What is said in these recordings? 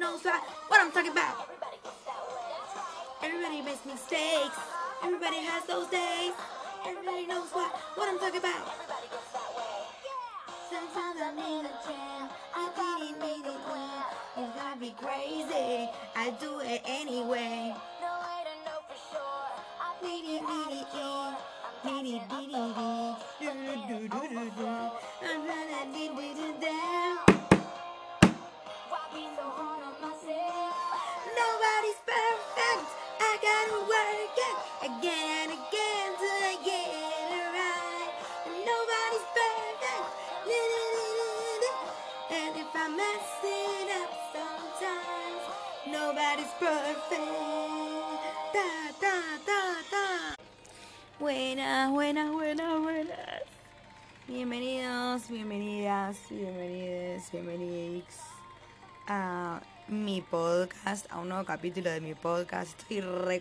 knows what I'm talking about. Everybody makes mistakes. Everybody has those days. Everybody knows what I'm talking about. Sometimes I'm in a jam. I didn't mean it well. It might be crazy. I do it anyway. No way to know for sure. I need it, need it, need it, need it, do do do do do. I'm gonna need it down. Why be so hard on myself? Nobody's perfect. I gotta work it again and again till I get it right. Nobody's perfect. And if I mess it up sometimes, nobody's perfect. Da, da, da, da. Buenas, buenas, buenas, buenas. Bienvenidos, bienvenidas, bienvenides, bienvenidos a mi podcast, a un nuevo capítulo de mi podcast. Estoy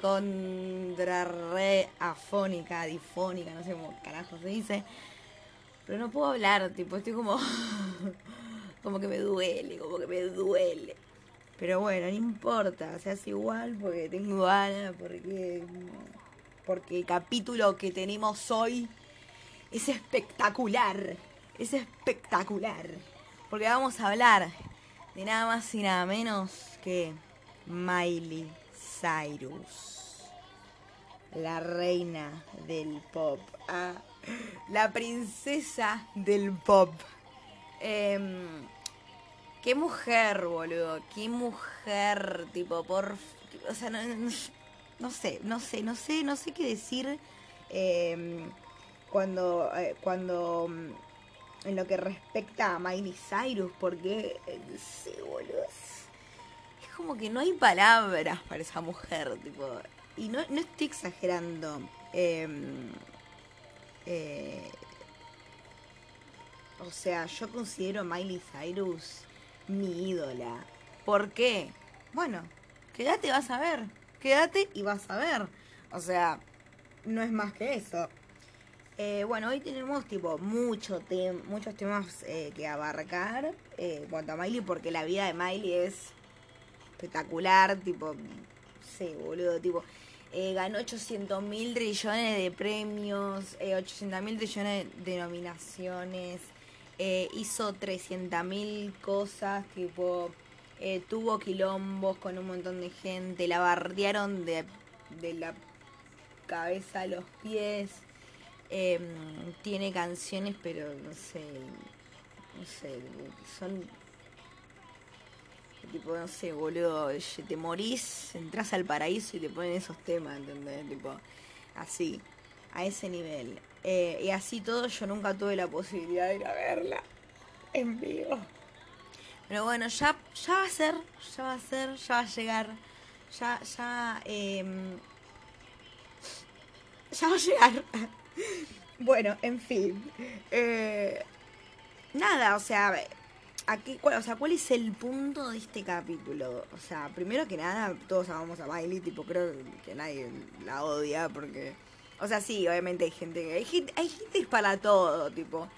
re afónica, difónica, no sé cómo carajo se dice. Pero no puedo hablar, tipo, estoy como... como que me duele. Pero bueno, no importa, se hace igual porque tengo ganas, porque el capítulo que tenemos hoy es espectacular. Porque vamos a hablar de nada más y nada menos que Miley Cyrus, la reina del pop, la princesa del pop. Qué mujer, boludo, qué mujer, tipo, o sea, no sé qué decir cuando en lo que respecta a Miley Cyrus, porque, sí, boludo, es como que no hay palabras para esa mujer, tipo, y no estoy exagerando. O sea, yo considero a Miley Cyrus mi ídola. ¿Por qué? Bueno, quédate y vas a ver. Quédate y vas a ver. O sea, no es más que eso. Bueno, hoy tenemos tipo muchos temas que abarcar en cuanto a Miley, porque la vida de Miley es espectacular, tipo, sí, boludo, tipo, ganó 800.000 trillones de premios, 800.000 trillones de nominaciones, hizo 300.000 cosas, tipo, tuvo quilombos con un montón de gente, la bardearon de la cabeza a los pies, tiene canciones, pero no sé, son... tipo, no sé, boludo, te morís, entras al paraíso y te ponen esos temas, ¿entendés? Tipo, así, a ese nivel. Y así todo, yo nunca tuve la posibilidad de ir a verla en vivo. Pero bueno, ya va a ser, ya va a llegar, ya va a llegar. Bueno, en fin. Nada, o sea... ¿cuál es el punto de este capítulo? O sea, primero que nada, todos amamos a Miley, tipo, creo que nadie la odia, porque... O sea, sí, obviamente hay gente para todo, tipo.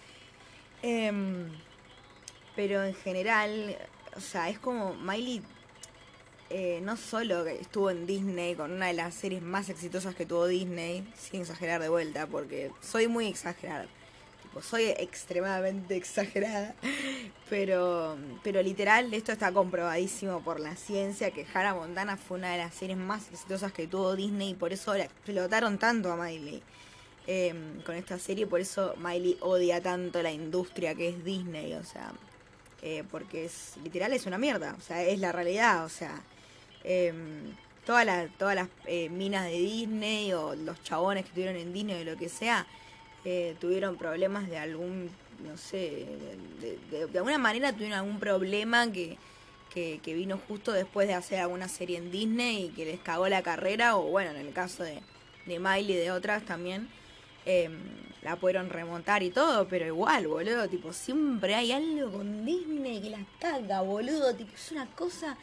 Pero en general, o sea, es como Miley no solo que estuvo en Disney con una de las series más exitosas que tuvo Disney, sin exagerar de vuelta, porque soy muy exagerada. Soy extremadamente exagerada, pero literal esto está comprobadísimo por la ciencia, que Hannah Montana fue una de las series más exitosas que tuvo Disney y por eso la explotaron tanto a Miley con esta serie, por eso Miley odia tanto la industria que es Disney, o sea, porque literal es una mierda, o sea, es la realidad, o sea, todas las minas de Disney o los chabones que estuvieron en Disney o lo que sea, tuvieron problemas de algún, no sé, de alguna manera tuvieron algún problema que vino justo después de hacer alguna serie en Disney y que les cagó la carrera, o bueno, en el caso de Miley y de otras también, la pudieron remontar y todo, pero igual, boludo, tipo, siempre hay algo con Disney que la caga, boludo, tipo, es una cosa...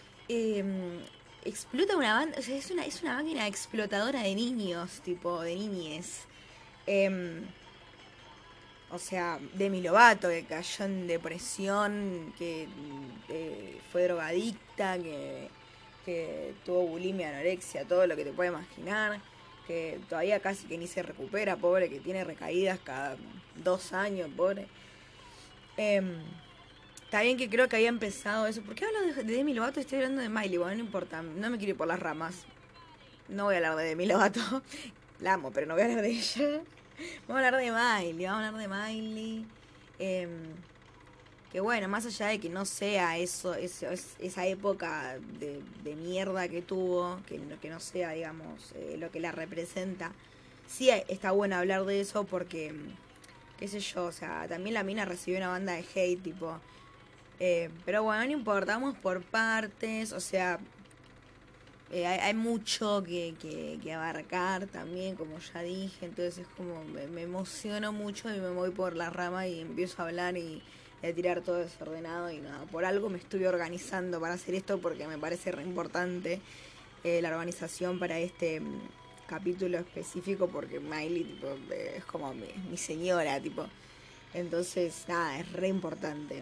explota una banda, o sea, es una máquina explotadora de niños, tipo, de niñes. o sea, Demi Lovato, que cayó en depresión, que fue drogadicta, que tuvo bulimia, anorexia, todo lo que te puedes imaginar, que todavía casi que ni se recupera, pobre, que tiene recaídas cada 2 años, pobre. Em, Está bien que creo que había empezado eso. ¿Por qué hablo de Demi Lovato? Estoy hablando de Miley. Bueno, no importa. No me quiero ir por las ramas. No voy a hablar de Demi Lovato. La amo, pero no voy a hablar de ella. Vamos a hablar de Miley. Vamos a hablar de Miley. Em, que bueno, más allá de que no sea esa época de mierda que tuvo, que no sea, digamos, lo que la representa, sí está bueno hablar de eso porque, qué sé yo, o sea, también la mina recibió una banda de hate, tipo. Pero bueno, no importa, vamos por partes, o sea, hay mucho que abarcar también, como ya dije, entonces es como me emociono mucho y me voy por la rama y empiezo a hablar y a tirar todo desordenado y nada, por algo me estuve organizando para hacer esto porque me parece re importante la organización para este capítulo específico porque Miley tipo, es como mi señora, tipo, entonces nada, es re importante.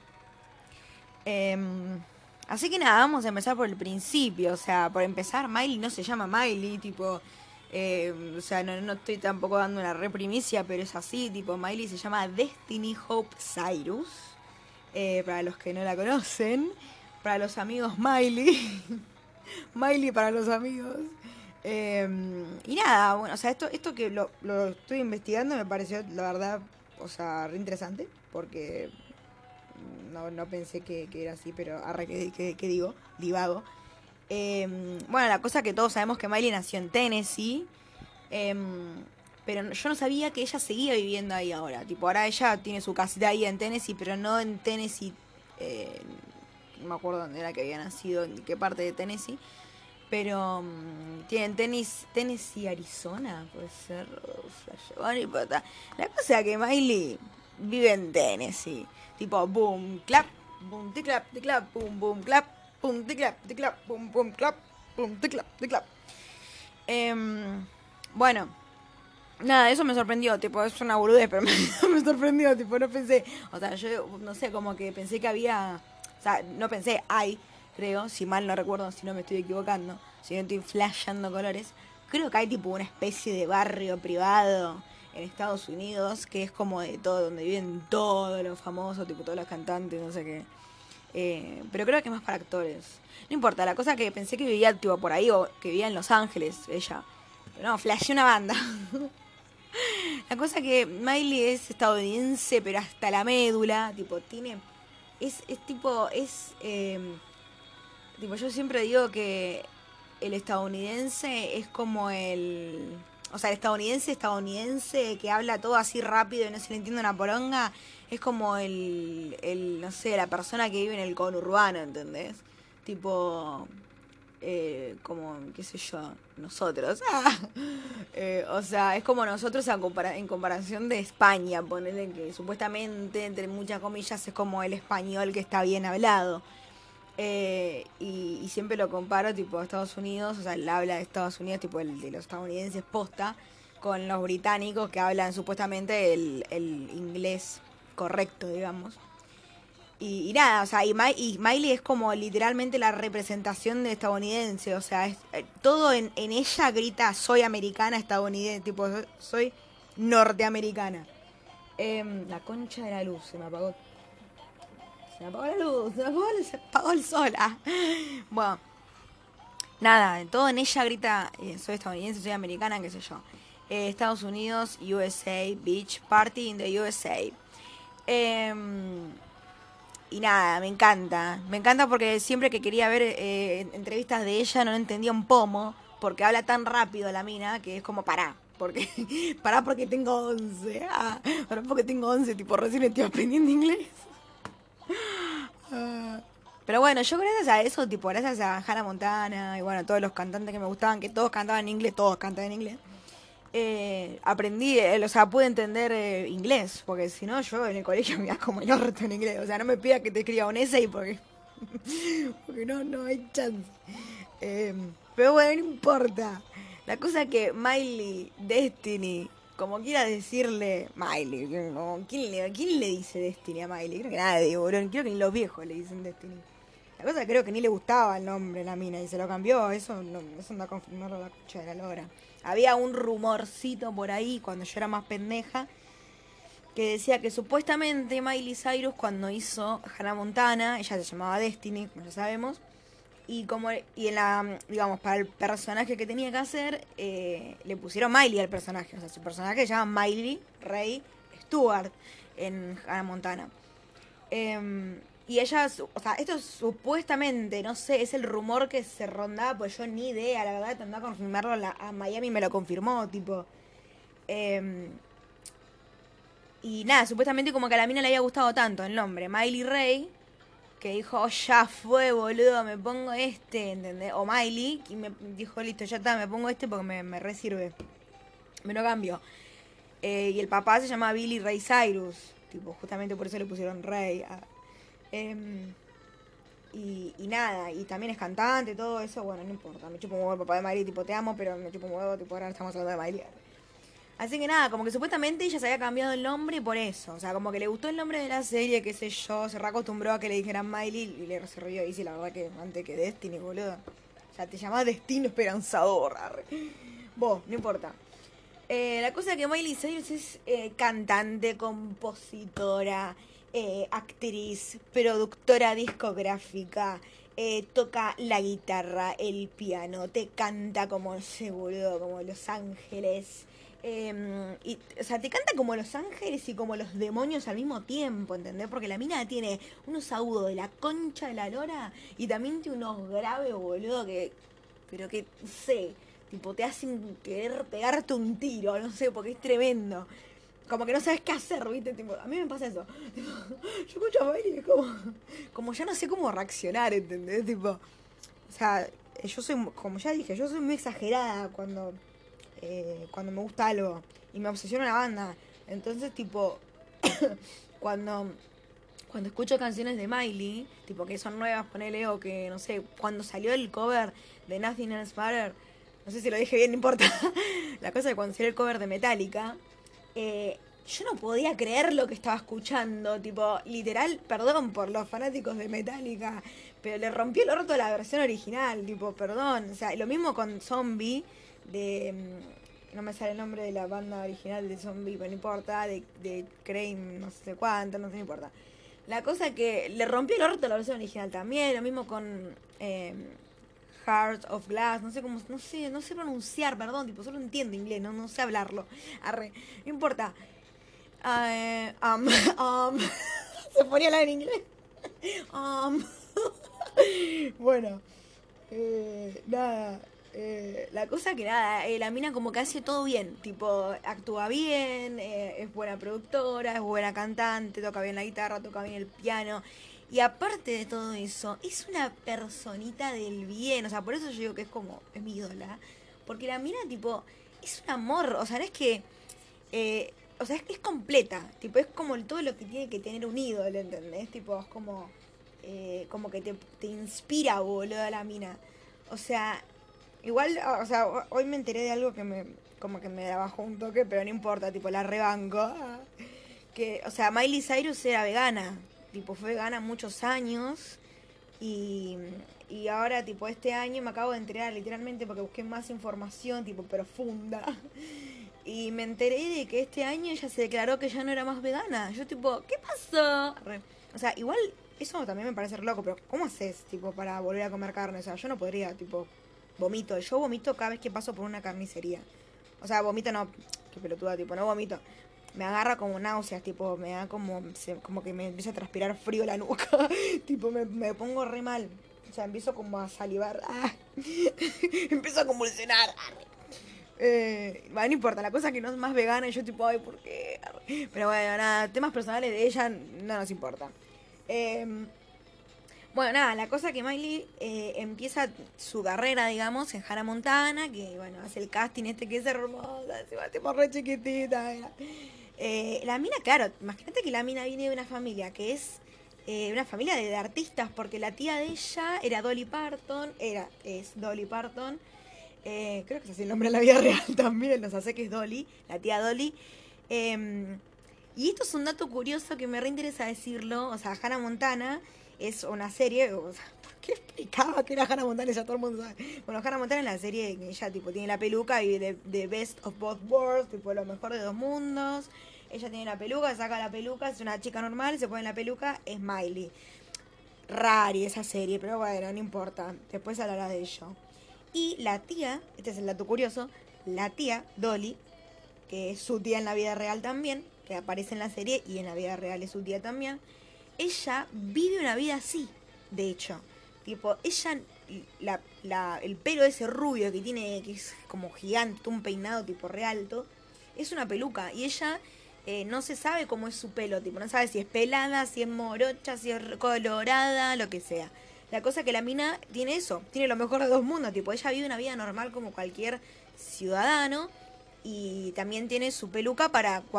Así que nada, vamos a empezar por el principio. O sea, por empezar, Miley no se llama Miley, tipo. O sea, no estoy tampoco dando una reprimicia, pero es así, tipo, Miley se llama Destiny Hope Cyrus. Para los que no la conocen. Para los amigos Miley. Miley para los amigos. Y nada, bueno, o sea, esto que lo estoy investigando me pareció, la verdad, o sea, re interesante. Porque no pensé que era así, pero arre que digo, divago. Bueno, la cosa que todos sabemos que Miley nació en Tennessee, pero yo no sabía que ella seguía viviendo ahí ahora. Tipo, ahora ella tiene su casita ahí en Tennessee, pero no en Tennessee, no me acuerdo dónde era que había nacido, en qué parte de Tennessee. Pero tienen Tennessee, Arizona, puede ser. Bueno, no importa. La cosa es que Miley vive en Tennessee. Tipo, boom, clap, boom, ticlap, ticlap, boom, boom, clap, boom, ticlap, ticlap, boom, boom, clap, boom, ticlap, ticlap. Bueno, nada, eso me sorprendió, tipo, es una boludez, pero me sorprendió, tipo, no pensé, o sea, yo no sé, como que pensé que había, o sea, no pensé, hay, creo, si mal no recuerdo, si no me estoy equivocando, si no estoy flasheando colores, creo que hay tipo una especie de barrio privado en Estados Unidos que es como de todo, donde viven todos los famosos, tipo todos los cantantes, no sé qué. Pero creo que es más para actores. No importa, la cosa que pensé que vivía tipo por ahí o que vivía en Los Ángeles, ella. Pero no, flasheé una banda. La cosa que Miley es estadounidense, pero hasta la médula, tipo, tiene. Es tipo, tipo, yo siempre digo que el estadounidense es como el. O sea, el estadounidense que habla todo así rápido y no se le entiende una poronga, es como no sé, la persona que vive en el conurbano, ¿entendés? Tipo, como, qué sé yo, nosotros. O sea, es como nosotros en comparación de España, ponerle que supuestamente, entre muchas comillas, es como el español que está bien hablado. Y siempre lo comparo tipo a Estados Unidos, o sea, el habla de Estados Unidos, tipo el de los estadounidenses posta, con los británicos que hablan supuestamente el inglés correcto, digamos. Y nada, o sea, y Miley es como literalmente la representación de estadounidense, o sea, todo en ella grita soy americana estadounidense, tipo soy norteamericana. La concha de la luz, se me apagó la luz, se apagó el sol. Bueno, nada, todo en ella grita soy estadounidense, soy americana, qué sé yo. Estados Unidos, USA, Beach Party in the USA. Y nada, me encanta porque siempre que quería ver entrevistas de ella no entendía un pomo, porque habla tan rápido la mina que es como porque pará porque tengo 11, pará porque tengo 11, tipo recién estoy aprendiendo inglés. Pero bueno, yo gracias a eso, tipo gracias a Hannah Montana y bueno, todos los cantantes que me gustaban, que todos cantaban en inglés, todos cantaban en inglés, aprendí, o sea, pude entender inglés, porque si no yo en el colegio me iba como el orto en inglés, o sea, no me pida que te escriba un essay porque, porque no hay chance. Pero bueno, no importa. La cosa es que Miley, Destiny, como quiera decirle Miley. ¿No? ¿Quién le dice Destiny a Miley? Creo que nadie, boludo. Creo que ni los viejos le dicen Destiny. La cosa es que creo que ni le gustaba el nombre la mina y se lo cambió. Eso anda a confirmarlo la cucha de la lora. Había un rumorcito por ahí cuando yo era más pendeja que decía que supuestamente Miley Cyrus cuando hizo Hannah Montana, ella se llamaba Destiny, como ya sabemos, y en la, digamos, para el personaje que tenía que hacer, le pusieron Miley al personaje. O sea, su personaje se llama Miley Ray Stewart en Hannah Montana. Y ella, o sea, esto supuestamente, no sé, es el rumor que se rondaba, pues yo ni idea, la verdad, tendrá que confirmarlo, a Miami me lo confirmó, tipo. Eh, y nada, supuestamente como que a la mina le había gustado tanto el nombre, Miley Ray, que dijo, oh, ya fue, boludo, me pongo este, ¿entendés? O Miley, y me dijo, listo, ya está, me pongo este porque me re sirve. Me lo cambio. Y el papá se llama Billy Ray Cyrus, tipo, justamente por eso le pusieron Ray. Em, y nada, y también es cantante, todo eso, bueno, no importa, me chupo un huevo el papá de Miley, tipo, te amo, pero me chupo un huevo, tipo, ahora estamos hablando de Miley. Así que nada, como que supuestamente ella se había cambiado el nombre por eso. O sea, como que le gustó el nombre de la serie, qué sé yo, se reacostumbró a que le dijeran Miley y le se rió y sí, la verdad que antes que Destiny, boludo. O sea, te llamás Destino Esperanzador, arre. Vos, no importa. La cosa es que Miley Cyrus es cantante, compositora, actriz, productora discográfica, toca la guitarra, el piano, te canta como ese boludo, como Los Ángeles. O sea, te canta como Los Ángeles y como los demonios al mismo tiempo, ¿entendés? Porque la mina tiene unos agudos de la concha de la lora y también tiene unos graves, boludo, pero que, no sé, tipo, te hacen querer pegarte un tiro, no sé, porque es tremendo. Como que no sabes qué hacer, ¿viste? Tipo, a mí me pasa eso. Tipo, yo escucho a Miley y es como ya no sé cómo reaccionar, ¿entendés? Tipo, o sea, yo soy, como ya dije, yo soy muy exagerada cuando me gusta algo y me obsesiona una banda. Entonces, tipo, cuando cuando escucho canciones de Miley, tipo que son nuevas, ponele, o que, no sé, cuando salió el cover de Nothing Else Matters, no sé si lo dije bien, no importa. La cosa es que cuando salió el cover de Metallica, yo no podía creer lo que estaba escuchando, tipo, literal, perdón por los fanáticos de Metallica, pero le rompió el orto a la versión original, tipo, perdón. O sea, lo mismo con Zombie, de... no me sale el nombre de la banda original de Zombie, pero no importa, de Crane, no sé cuánto, no sé, no importa. La cosa que le rompió el orto a la versión original también, lo mismo con Heart of Glass, no sé cómo, no sé pronunciar, perdón, tipo, solo entiendo inglés, no sé hablarlo. Arre, no importa. Eh, um, um, se ponía a hablar en inglés. Um, bueno, nada. La cosa que nada, la mina como que hace todo bien, tipo, actúa bien, es buena productora, es buena cantante, toca bien la guitarra, toca bien el piano. Y aparte de todo eso, es una personita del bien, o sea, por eso yo digo que es mi ídola. Porque la mina, tipo, es un amor, o sea, no es que, o sea, es completa, tipo, es como todo lo que tiene que tener un ídolo, ¿entendés? Tipo, es como que te inspira, boludo, la mina. O sea, igual, o sea, hoy me enteré de algo que como que me bajó un toque, pero no importa, tipo, la rebanco. Que, o sea, Miley Cyrus era vegana, tipo, fue vegana muchos años y, y ahora, tipo, este año me acabo de enterar literalmente porque busqué más información, tipo, profunda. Y me enteré de que este año ella se declaró que ya no era más vegana. Yo, tipo, ¿qué pasó? O sea, igual eso también me parece re loco, pero ¿cómo haces, tipo, para volver a comer carne? O sea, yo no podría, tipo, vomito. Yo vomito cada vez que paso por una carnicería. O sea, vomito no, qué pelotuda, tipo, no vomito. Me agarra como náuseas, tipo, me da como que me empieza a transpirar frío la nuca. Tipo, me pongo re mal. O sea, empiezo como a salivar. Empiezo a convulsionar. Bueno, no importa, la cosa es que no es más vegana y yo tipo, ay, ¿por qué? Pero bueno, nada, temas personales de ella no nos importa. Eh, bueno, nada, la cosa que Miley empieza su carrera, digamos, en Hannah Montana, que bueno, hace el casting este que es hermosa, se va tipo re chiquitita. La mina, claro, imagínate que la mina viene de una familia que es una familia de artistas, porque la tía de ella era Dolly Parton, es Dolly Parton, Creo que es así el nombre en la vida real también, o sea, sé que es Dolly, la tía Dolly. Y esto es un dato curioso que me reinteresa decirlo, o sea, Hannah Montana es una serie, o sea, ¿por qué explicaba que era Hannah Montana? Ya todo el mundo sabe. Bueno, Hannah Montana es la serie que ella tipo tiene la peluca y de Best of Both Worlds, tipo lo mejor de dos mundos. Ella tiene la peluca, saca la peluca, es una chica normal, se pone la peluca, es Miley. Rari esa serie, pero bueno, no importa. Después hablará de ello. Y la tía, este es el dato curioso, la tía Dolly, que es su tía en la vida real también, que aparece en la serie y en la vida real es su tía también, ella vive una vida así, de hecho. Tipo, ella, el pelo ese rubio que tiene, que es como gigante, un peinado tipo re alto, es una peluca. Y ella no se sabe cómo es su pelo, tipo, no sabe si es pelada, si es morocha, si es colorada, lo que sea. La cosa que la mina tiene eso, tiene lo mejor de dos mundos, tipo, ella vive una vida normal como cualquier ciudadano y también tiene su peluca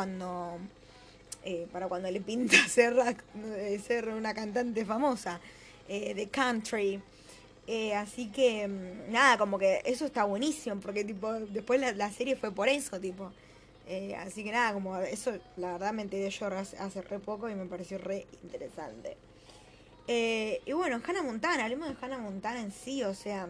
para cuando le pinta ser una cantante famosa de country. Así que nada, como que eso está buenísimo, porque tipo después la serie fue por eso, tipo. Así que nada, como eso la verdad me enteré yo hace re poco y me pareció re interesante. Y bueno, Hannah Montana, hablemos de Hannah Montana en sí, o sea,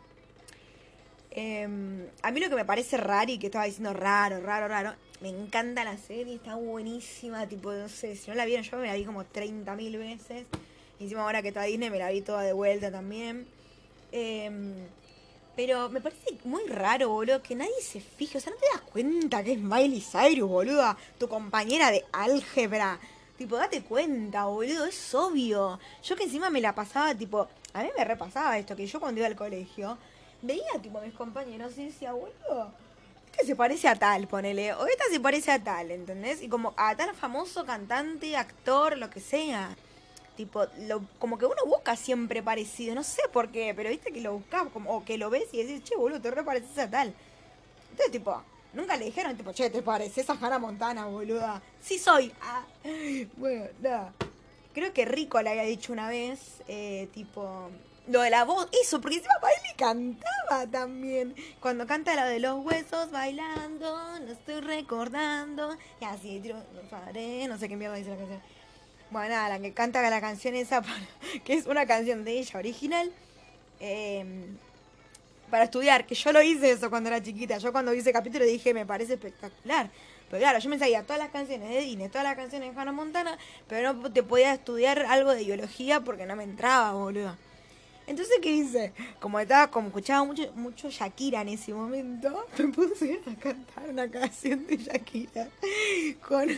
a mí lo que me parece raro y que estaba diciendo raro, me encanta la serie, está buenísima, tipo, no sé, si no la vieron yo me la vi como 30.000 veces. Y encima ahora que está Disney me la vi toda de vuelta también. Em, pero me parece muy raro, boludo, que nadie se fije. O sea, ¿no te das cuenta que es Miley Cyrus, boluda? Tu compañera de álgebra. Tipo, date cuenta, boludo, es obvio. Yo que encima me la pasaba, tipo, a mí me repasaba esto, que yo cuando iba al colegio, veía, tipo, a mis compañeros y decía, boludo, este se parece a tal, ponele, o esta se parece a tal, ¿entendés? Y como a tal famoso cantante, actor, lo que sea. Tipo, como que uno busca siempre parecido, no sé por qué, pero viste que lo buscas, como, o que lo ves y decís, che, boludo, te re pareces a tal. Entonces, tipo, nunca le dijeron, tipo, che, te pareces a Hannah Montana, boluda. Sí soy. Ah. Bueno, nada. Creo que Rico le había dicho una vez, tipo, lo de la voz, eso, porque encima Miley cantaba también. Cuando canta lo de los huesos bailando, lo estoy recordando, y así, tiro, no faré, no sé qué mierda dice la canción. Bueno, nada, la que canta la canción esa, que es una canción de ella original, eh, para estudiar, que yo lo hice eso cuando era chiquita. Yo cuando hice capítulo dije, me parece espectacular. Pero claro, yo me sabía todas las canciones de Disney, todas las canciones de Hannah Montana, pero no te podía estudiar algo de biología porque no me entraba, boludo. Entonces, ¿qué hice? Como estaba, como escuchaba mucho Shakira en ese momento, me puse a cantar una canción de Shakira con,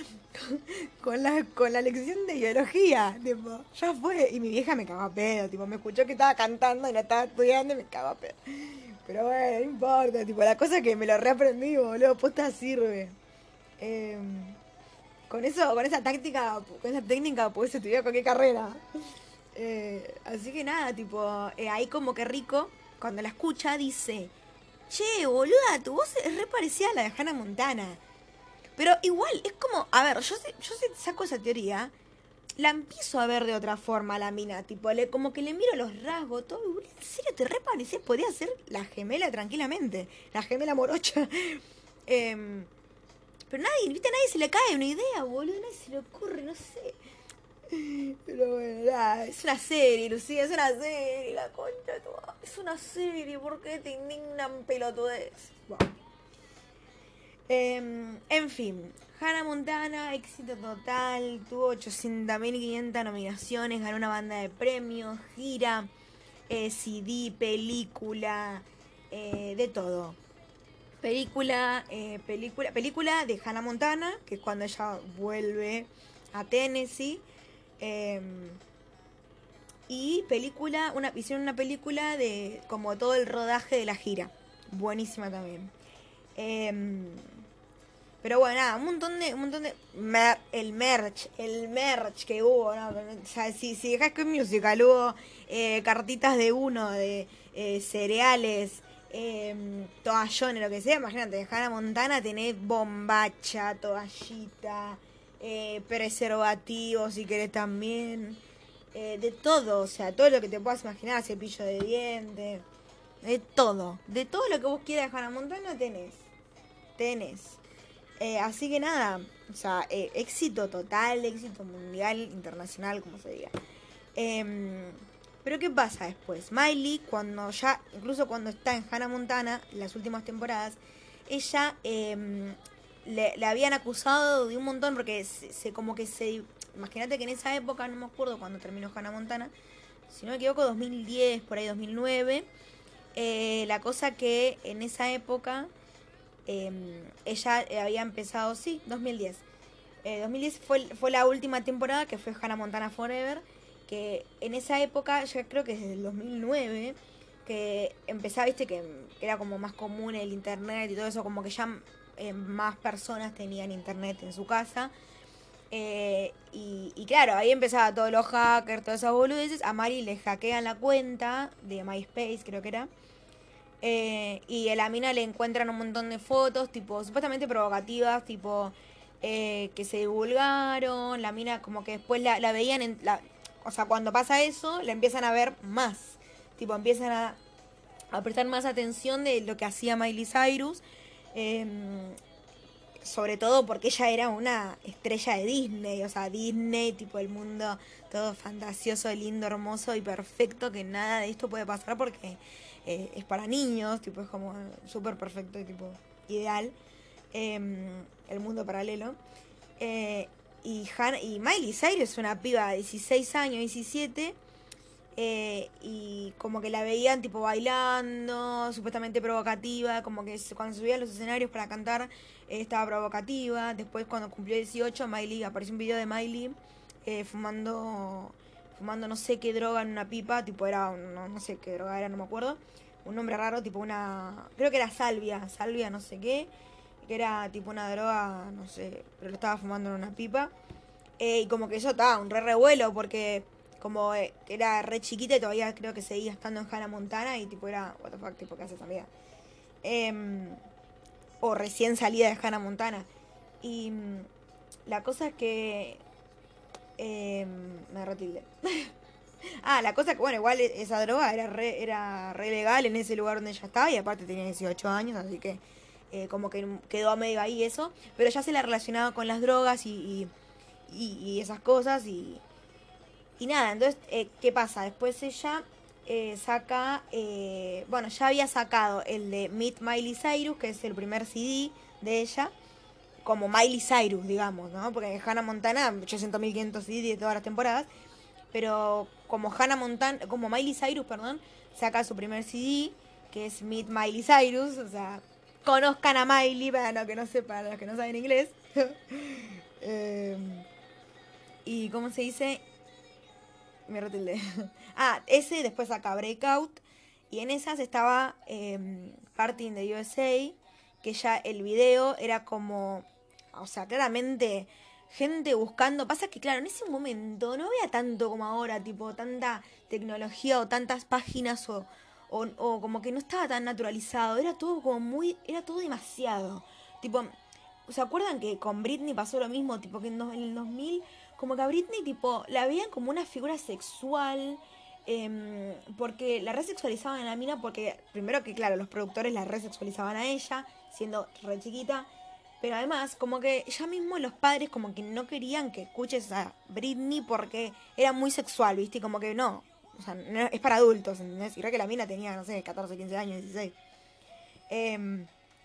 con la lección de biología, tipo, ya fue. Y mi vieja me cagó a pedo, tipo, me escuchó que estaba cantando y no estaba estudiando y me cagó a pedo. Pero bueno, no importa, tipo, la cosa es que me lo reaprendí, boludo, posta sirve. Eh, con esa técnica podés estudiar cualquier carrera. Así que nada, tipo, ahí como que Rico, cuando la escucha, dice, che, boluda, tu voz es re parecida a la de Hannah Montana. Pero igual, es como, a ver, saco esa teoría, la empiezo a ver de otra forma a la mina, tipo, como que le miro los rasgos, todo, y, boludo, en serio, te re parecés, podría ser la gemela tranquilamente, la gemela morocha. Em, pero nadie, viste, a nadie se le cae una idea, boludo, a nadie se le ocurre, no sé. Pero bueno, nada, es una serie, Lucía, es una serie, la concha de toda. Es una serie, ¿por qué te indignan pelotudez? Bueno. En fin, Hannah Montana, éxito total, tuvo 800.500 nominaciones, ganó una banda de premios, gira, CD, película, de todo. Película de Hannah Montana, que es cuando ella vuelve a Tennessee. Eh, y hicieron una película de como todo el rodaje de la gira. Buenísima también. Eh, pero bueno, nada, el merch que hubo, ¿no? O sea, si dejas que musical hubo cartitas de uno, de cereales, toallones, lo que sea, imagínate, de Hannah Montana tenés bombacha, toallita, preservativo si querés también, de todo, o sea, todo lo que te puedas imaginar, cepillo de dientes. de todo lo que vos quieras de Hannah Montana tenés. Así que nada, o sea, éxito total, éxito mundial, internacional, como se diga. Em, pero ¿qué pasa después? Miley, cuando ya, incluso cuando está en Hannah Montana, en las últimas temporadas, ella le habían acusado de un montón, porque como que se... Imagínate que en esa época, no me acuerdo cuando terminó Hannah Montana, si no me equivoco, 2010, por ahí 2009. La cosa que en esa época ella había empezado, sí, 2010. 2010 fue la última temporada que fue Hannah Montana Forever, que en esa época, yo creo que desde el 2009, que empezaba, viste, que era como más común el internet y todo eso, como que ya más personas tenían internet en su casa. Y claro, ahí empezaba todos los hackers, todas esas boludeces. A Mari le hackean la cuenta de MySpace, creo que era. Y a la mina le encuentran un montón de fotos, tipo, supuestamente provocativas, tipo, que se divulgaron. La mina como que después la veían o sea, cuando pasa eso, la empiezan a ver más. Tipo, empiezan a prestar más atención de lo que hacía Miley Cyrus. Sobre todo porque ella era una estrella de Disney, o sea, Disney, tipo el mundo todo fantasioso, lindo, hermoso y perfecto, que nada de esto puede pasar porque es para niños, tipo es como súper perfecto y tipo ideal, el mundo paralelo. Y Miley Cyrus es una piba de 16 años, 17, y como que la veían tipo bailando, supuestamente provocativa, como que cuando subía a los escenarios para cantar estaba provocativa. Después cuando cumplió 18, Miley, apareció un video de Miley fumando no sé qué droga en una pipa, tipo era, no sé qué droga era, no me acuerdo, un nombre raro, tipo creo que era salvia no sé qué, que era tipo una droga, no sé, pero lo estaba fumando en una pipa. Y como que eso estaba un revuelo porque como era re chiquita y todavía creo que seguía estando en Hannah Montana y tipo era, what the fuck, tipo, ¿qué haces amiga? Em, o recién salida de Hannah Montana. Y la cosa es que... me retilde. La cosa que, bueno, igual esa droga era re legal en ese lugar donde ella estaba y aparte tenía 18 años, así que como que quedó a medio ahí eso. Pero ya se la relacionaba con las drogas y esas cosas y nada, entonces, ¿qué pasa? Después ella saca, bueno, ya había sacado el de Meet Miley Cyrus, que es el primer CD de ella, como Miley Cyrus, digamos, ¿no? Porque en Hannah Montana, 800.500 CD de todas las temporadas, pero como Hannah Montana, como Miley Cyrus, perdón, saca su primer CD, que es Meet Miley Cyrus, o sea, conozcan a Miley para los que no saben inglés. Eh, y cómo se dice, me retilde. Ese después saca Breakout. Y en esas estaba Party in the USA. Que ya el video era como. O sea, claramente. Gente buscando. Pasa que, claro, en ese momento no había tanto como ahora, tipo, tanta tecnología o tantas páginas o como que no estaba tan naturalizado. Era todo como muy. Era todo demasiado. Tipo, ¿se acuerdan que con Britney pasó lo mismo? Tipo, que en el 2000 como que a Britney, tipo, la veían como una figura sexual. Porque la resexualizaban a la mina porque, primero que, claro, los productores la resexualizaban a ella, siendo re chiquita. Pero además, como que ya mismo los padres como que no querían que escuches a Britney porque era muy sexual, ¿viste? Y como que no. O sea, no, es para adultos, ¿entendés? Y creo que la mina tenía, no sé, 14, 15 años, 16. Eh,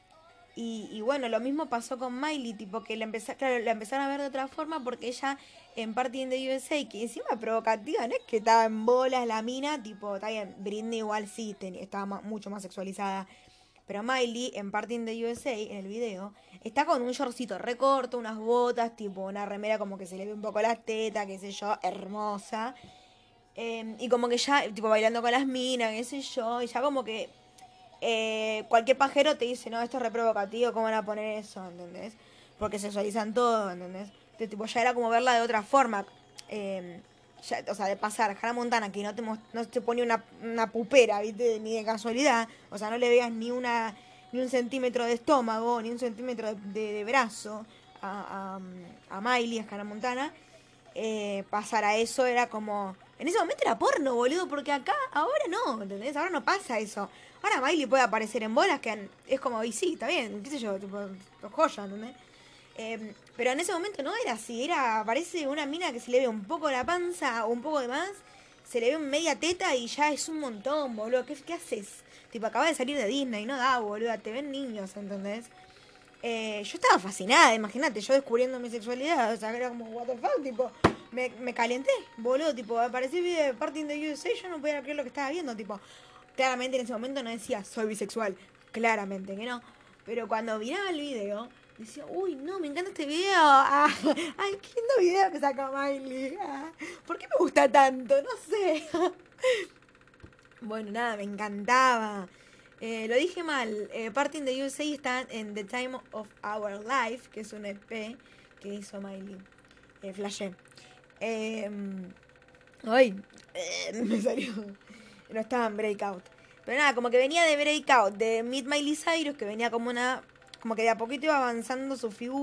y bueno, lo mismo pasó con Miley, tipo que claro, la empezaron a ver de otra forma porque ella en Party in the USA, que encima provocativa, no es que estaba en bolas la mina, tipo, está bien, Britney igual sí estaba mucho más sexualizada. Pero Miley en Party in the USA, en el video, está con un shortcito recorto, unas botas, tipo una remera como que se le ve un poco las tetas, qué sé yo, hermosa. Y como que ya, tipo bailando con las minas, qué sé yo, y ya como que cualquier pajero te dice, no, esto es re provocativo, ¿cómo van a poner eso? ¿Entendés? Porque sexualizan todo, ¿entendés? Entonces, tipo, ya era como verla de otra forma. O sea, de pasar Hannah Montana, que no te pone una pupera, ¿viste? Ni de casualidad. O sea, no le veas ni un centímetro de estómago, ni un centímetro de brazo a Miley, a Hannah Montana. Pasar a eso En ese momento era porno, boludo, porque acá, ahora no, ¿entendés? Ahora no pasa eso. Ahora Miley puede aparecer en bolas que es como, y sí, está bien, qué sé yo, tipo, joya, ¿entendés? Pero en ese momento no era así, parece una mina que se le ve un poco la panza o un poco de más, se le ve media teta y ya es un montón, boludo. ¿Qué haces? Tipo, acabas de salir de Disney, no da, boludo, te ven niños, ¿entendés? Yo estaba fascinada, imagínate, yo descubriendo mi sexualidad, o sea, era como, what the fuck, tipo, me calenté, boludo, tipo, apareció el video de Party in the USA, yo no podía creer lo que estaba viendo, tipo, claramente en ese momento no decía, soy bisexual, claramente que no, pero cuando miraba el video, decía, uy, no, me encanta este video, ay, qué lindo video que saca Miley, ¿por qué me gusta tanto? No sé. Bueno, nada, me encantaba. Lo dije mal. Party in the USA está en The Time of Our Life, que es un EP que hizo Miley. Flashé. Ay, me salió. No estaba en Breakout. Pero nada, como que venía de Breakout, de Meet Miley Cyrus, que venía como una. Como que de a poquito iba avanzando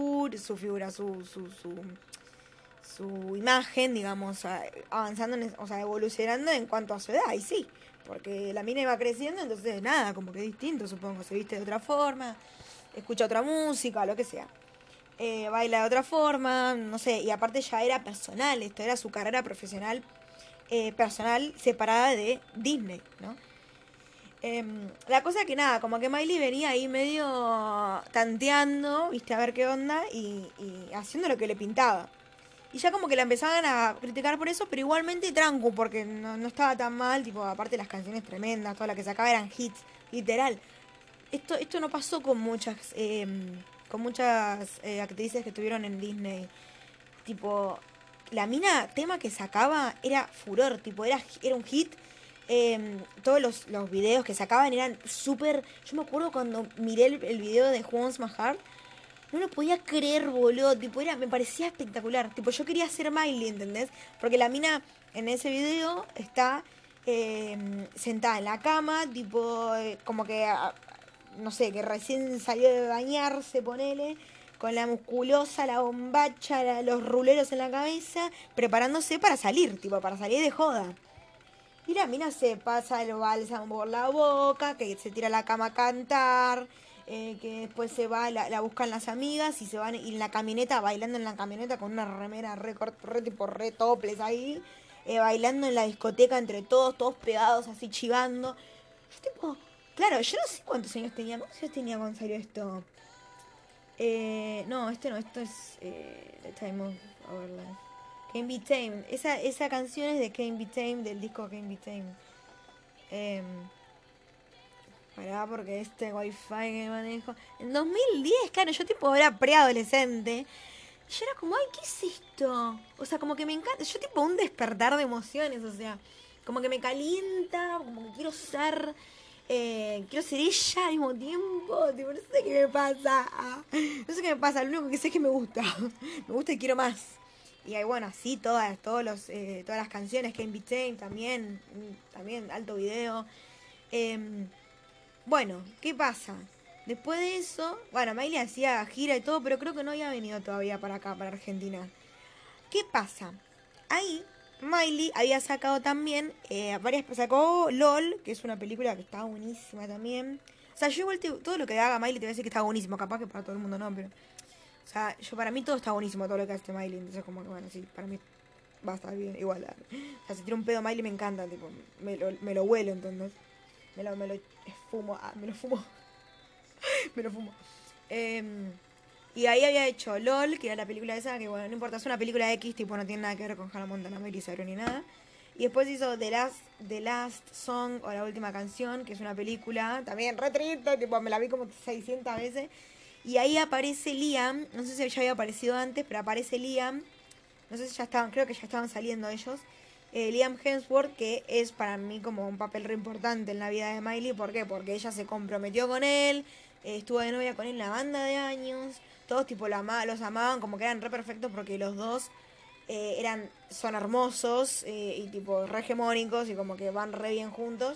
su imagen, digamos, avanzando, o sea, evolucionando en cuanto a su edad, y sí, porque la mina iba creciendo, entonces nada, como que es distinto, supongo, se viste de otra forma, escucha otra música, lo que sea. Baila de otra forma, no sé, y aparte ya era personal, esto era su carrera profesional, personal separada de Disney, ¿no? La cosa que nada, como que Miley venía ahí medio tanteando, viste, a ver qué onda y haciendo lo que le pintaba. Y ya como que la empezaban a criticar por eso, pero igualmente tranco, porque no estaba tan mal, tipo, aparte las canciones tremendas, todas las que sacaba eran hits, literal. Esto no pasó con muchas actrices que estuvieron en Disney. Tipo, la mina tema que sacaba era furor, tipo, era un hit. Todos los videos que sacaban eran súper. Yo me acuerdo cuando miré el video de Who Wants My Heart, no lo podía creer, boludo. Tipo, me parecía espectacular. Tipo, yo quería ser Miley, ¿entendés? Porque la mina en ese video está sentada en la cama, tipo, como que, no sé, que recién salió de bañarse, ponele, con la musculosa, la bombacha, los ruleros en la cabeza, preparándose para salir, tipo, para salir de joda. Y la mina se pasa el bálsamo por la boca, que se tira a la cama a cantar, que después se va, la buscan las amigas y se van y en la camioneta, bailando en la camioneta con una remera re tipo re toples ahí, bailando en la discoteca entre todos pegados así chivando. Yo tipo, claro, yo no sé cuántos años tenía, ¿cuántos años tenía cuando salió esto? No, este no, esto es The Time of Our Life. Can't Be Tamed. Esa canción es de Can't Be Tamed, del disco Can't Be Tamed. Eh, Pará, porque este wifi que manejo. En 2010, claro, yo tipo era preadolescente. Y yo era como, ay, ¿qué es esto? O sea, como que me encanta. Yo tipo un despertar de emociones, o sea, como que me calienta, como que quiero ser ella al mismo tiempo. Tipo, no sé qué me pasa. No sé qué me pasa, lo único que sé es que me gusta. Me gusta y quiero más. Y ahí, bueno, así todas las canciones que invité también alto video. Em, bueno, ¿qué pasa? Después de eso, bueno, Miley hacía gira y todo, pero creo que no había venido todavía para acá, para Argentina. ¿Qué pasa? Ahí Miley había sacado también sacó LOL, que es una película que está buenísima también. O sea, yo igual todo lo que haga Miley te voy a decir que está buenísimo, capaz que para todo el mundo no, pero o sea, para mí todo está buenísimo, todo lo que hace Miley, entonces como que bueno, sí, para mí va a estar bien, igual. O sea, si tira un pedo Miley me encanta, tipo, me lo huelo, entonces. Me lo fumo, me lo fumo, me lo fumo. Y ahí había hecho LOL, que era la película esa, que bueno, no importa, es una película X, tipo, no tiene nada que ver con Hannah Montana, Miley Cyrus ni nada. Y después hizo The Last Song, o La Última Canción, que es una película, también re triste, tipo, me la vi como 600 veces. Y ahí aparece Liam, no sé si ya había aparecido antes, pero aparece Liam, no sé si ya estaban, creo que ya estaban saliendo ellos. Liam Hemsworth, que es para mí como un papel re importante en la vida de Miley. ¿Por qué? Porque ella se comprometió con él, estuvo de novia con él una banda de años, todos tipo los amaban, como que eran re perfectos porque los dos son hermosos y tipo re hegemónicos y como que van re bien juntos.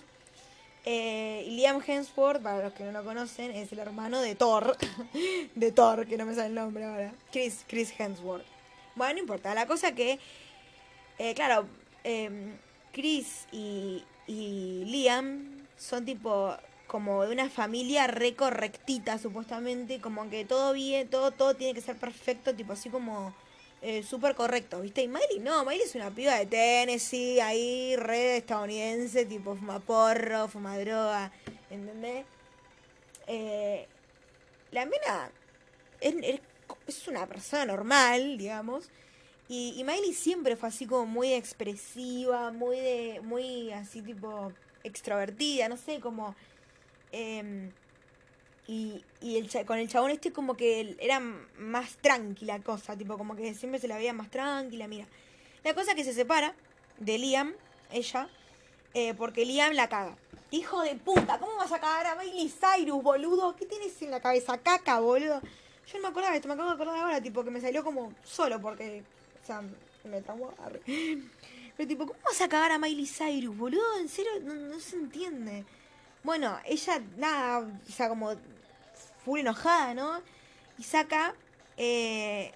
Y Liam Hemsworth, para los que no lo conocen, es el hermano de Thor, de Thor, que no me sale el nombre ahora, Chris Hemsworth. Bueno, no importa, la cosa que claro, Chris y Liam son tipo como de una familia re correctita, supuestamente, como que todo bien, todo tiene que ser perfecto, tipo así como súper correcto, ¿viste? Y Miley no, Miley es una piba de Tennessee, ahí re estadounidense, tipo fuma porro, fuma droga, ¿entendés? Eh, la mina es, es una persona normal, digamos, y Miley siempre fue así como muy expresiva, muy así tipo extrovertida, no sé, como... em, con el chabón este como que era más tranquila cosa, tipo como que siempre se la veía más tranquila, mira. La cosa es que se separa de Liam, ella, porque Liam la caga. Hijo de puta, ¿cómo vas a cagar a Miley Cyrus, boludo? ¿Qué tienes en la cabeza? Caca, boludo. Yo no me acordaba de esto, me acabo de acordar ahora, tipo, que me salió como solo porque, o sea, me traumó. Pero tipo, ¿cómo vas a cagar a Miley Cyrus, boludo? En serio, no se entiende. Bueno, ella, nada, o sea, como full enojada, ¿no? Y saca eh,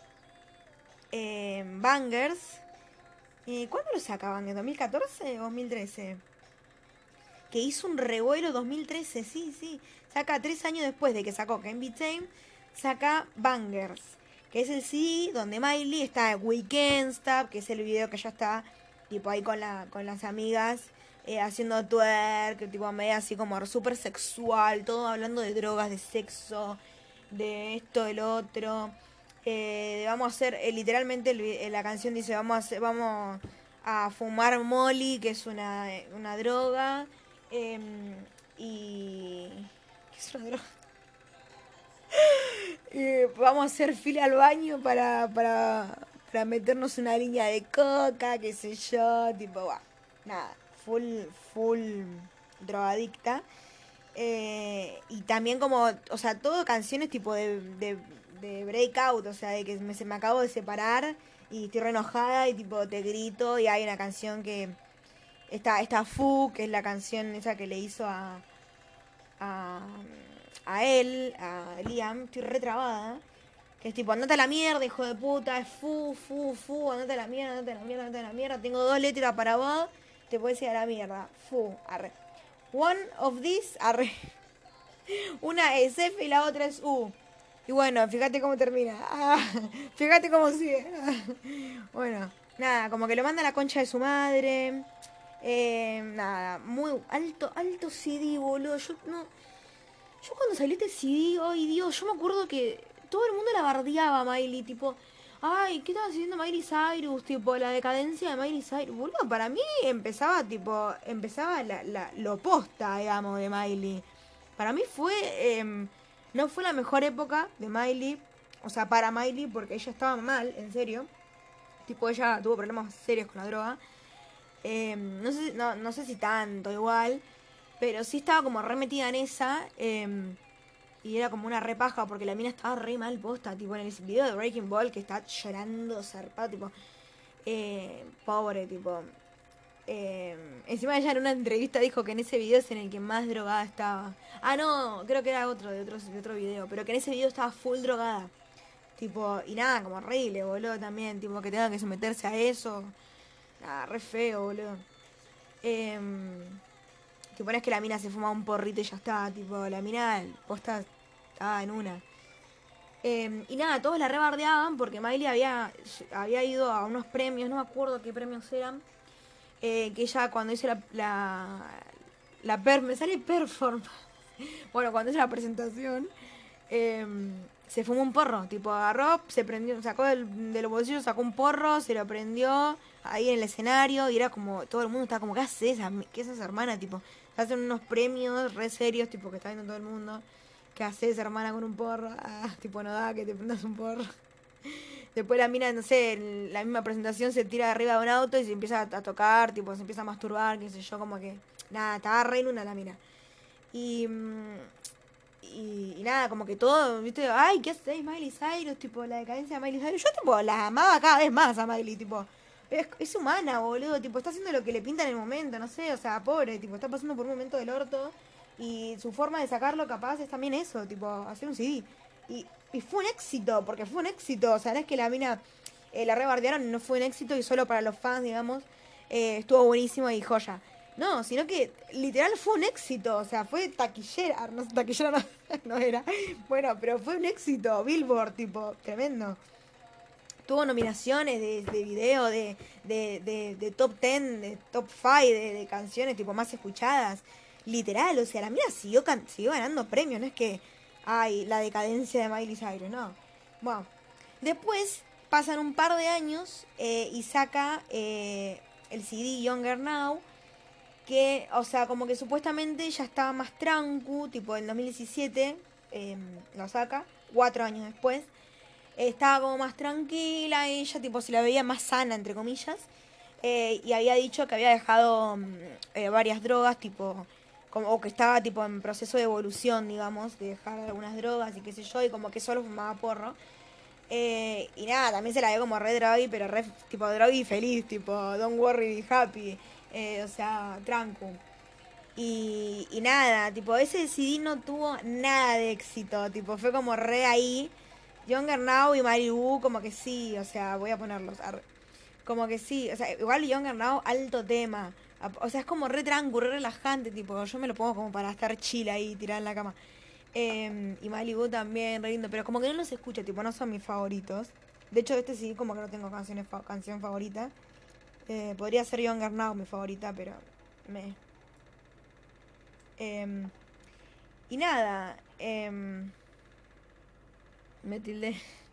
Bangers. ¿Cuándo lo saca Bangers? ¿2014 o 2013? Que hizo un revuelo 2013, sí, sí. Saca 3 años después de que sacó Can't Be Tamed, saca Bangers, que es el CD donde Miley está Weekend Stop, que es el video que ya está tipo ahí con las amigas haciendo twerk, tipo medio así como súper sexual, todo hablando de drogas, de sexo, de esto, del otro. Vamos a hacer, literalmente la canción dice, vamos a fumar Molly, que es una droga. Y... ¿Qué es una droga? Vamos a hacer fila al baño para meternos una línea de coca, qué sé yo, tipo, va, nada, full drogadicta. Y también como, o sea, todo canciones tipo de breakout, o sea, de que se me acabo de separar y estoy re enojada y tipo te grito y hay una canción que está Fu, que es la canción esa que le hizo a, a él, a Liam, estoy retrabada. Que es tipo, andate a la mierda, hijo de puta, es andate a la mierda, andate a la mierda, andate a la mierda. Tengo 2 letras para vos, te puedes ir a la mierda. Arre. One of these, arre. Una es F y la otra es U. Y bueno, fíjate cómo termina. Fíjate cómo sigue. Bueno, nada, como que lo manda a la concha de su madre. Nada, muy alto CD, boludo. Yo cuando salió este CD, ay Dios, yo me acuerdo que todo el mundo la bardeaba a Miley, tipo, ay, ¿qué estaba haciendo Miley Cyrus? Tipo, la decadencia de Miley Cyrus. Boludo, para mí empezaba lo posta, digamos, de Miley. Para mí no fue la mejor época de Miley, o sea, para Miley, porque ella estaba mal, en serio. Tipo, ella tuvo problemas serios con la droga. No sé si tanto igual, pero sí estaba como re metida en esa. Y era como una repaja porque la mina estaba re mal posta. Tipo, en el video de Breaking Ball que está llorando zarpado, tipo, pobre, tipo. Encima ella en una entrevista dijo que en ese video es en el que más drogada estaba. Ah, no, creo que era de otro video, pero que en ese video estaba full drogada. Tipo, y nada, como horrible, boludo, también. Tipo, que tenga que someterse a eso. Nada, re feo, boludo. Eh, Tipo, no es que la mina se fuma un porrito y ya está. Tipo, la mina posta estaba en una. Y nada, todos la rebardeaban porque Miley había ido a unos premios, no me acuerdo qué premios eran. Que ella cuando hizo me sale performance. Bueno, cuando hizo la presentación, eh, se fumó un porro. Tipo, agarró, se prendió, sacó de los bolsillos, sacó un porro, se lo prendió ahí en el escenario y era como, todo el mundo estaba como, ¿qué haces, hermana? Tipo, se hacen unos premios re serios, tipo, que está viendo todo el mundo. ¿Qué haces, hermana, con un porro? Ah, tipo, no da que te prendas un porro. Después la mina, no sé, en la misma presentación se tira de arriba de un auto y se empieza a tocar, tipo, se empieza a masturbar, qué sé yo, como que... Nada, estaba re en una la mina. Y, y nada, como que todo, ¿viste? Ay, ¿qué hacéis, Miley Cyrus? Tipo, la decadencia de Miley Cyrus. Yo, tipo, la amaba cada vez más a Miley, tipo... Es humana, boludo, tipo, está haciendo lo que le pinta en el momento, no sé, o sea, pobre, tipo, está pasando por un momento del orto y su forma de sacarlo capaz es también eso, tipo, hacer un CD. Y fue un éxito, porque fue un éxito, o sea, no es que la mina la rebardearon, no fue un éxito y solo para los fans, digamos. estuvo buenísimo y joya. No, sino que literal fue un éxito, o sea, fue taquillera, no, taquillera no, no era, bueno, pero fue un éxito, Billboard, tipo, tremendo. Tuvo nominaciones de video, de top 10, de top 5, de canciones tipo más escuchadas. Literal, o sea, la mía siguió ganando premios, no es que, ay, la decadencia de Miley Cyrus, no. Bueno, después pasan un par de años y saca el CD Younger Now, que, o sea, como que supuestamente ya estaba más trancu, tipo en 2017 lo saca, 4 años después. Estaba como más tranquila, ella tipo se la veía más sana, entre comillas, y había dicho que había dejado varias drogas, tipo, como, o que estaba tipo en proceso de evolución, digamos, de dejar algunas drogas y qué sé yo, y como que solo fumaba porro. Y nada, también se la ve como re drogui, pero re tipo drogui feliz, tipo don't worry, be happy, o sea, trancu. Y nada, tipo, ese CD no tuvo nada de éxito, tipo, fue como re ahí. Younger Now y Maribu, como que sí, o sea, voy a ponerlos. Como que sí, o sea, igual Younger Now, alto tema. O sea, es como re tranqui, re relajante, tipo, yo me lo pongo como para estar chill ahí, tirada en la cama. Y Malibu también, re lindo, pero como que no los escucho, tipo, no son mis favoritos. De hecho, este sí, como que no tengo canción favorita. Podría ser Younger Now mi favorita, pero me... em, y nada, me tildé.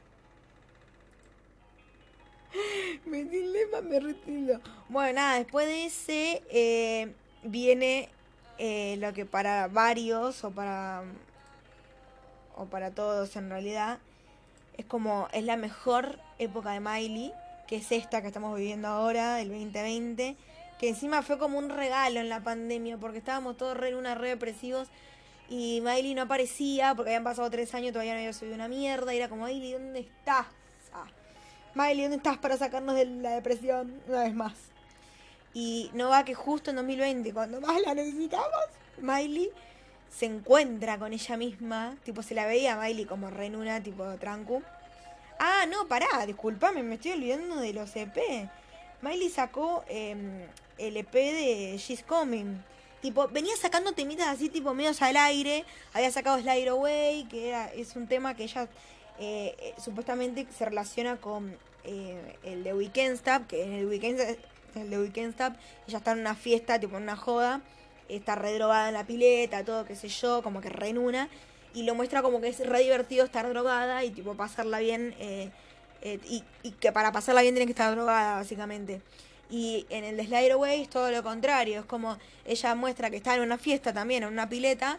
Me tilde, me retildo. Bueno, nada, después de ese viene lo que para varios o para todos en realidad es como es la mejor época de Miley, que es esta que estamos viviendo ahora, del 2020, que encima fue como un regalo en la pandemia porque estábamos todos re en una re depresivos y Miley no aparecía porque habían pasado 3 años y todavía no había subido una mierda y era como, Miley, ¿dónde estás? Ah, Miley, ¿dónde estás para sacarnos de la depresión una vez más? Y no va que justo en 2020, cuando más la necesitamos, Miley se encuentra con ella misma. Tipo, se la veía a Miley como re en una, tipo, trancu. Ah, no, pará, disculpame, me estoy olvidando de los EP. Miley sacó el EP de She's Coming. Tipo, venía sacando temitas así, tipo, medios al aire. Había sacado Slide Away, que es un tema que ella supuestamente se relaciona con el de Weekend Stop, que en el de Weekend Stop ella está en una fiesta, tipo en una joda, está re drogada en la pileta, todo, qué sé yo, como que re en una, y lo muestra como que es re divertido estar drogada y tipo pasarla bien, y que para pasarla bien tiene que estar drogada, básicamente. Y en el de Slide Away es todo lo contrario, es como ella muestra que está en una fiesta también, en una pileta,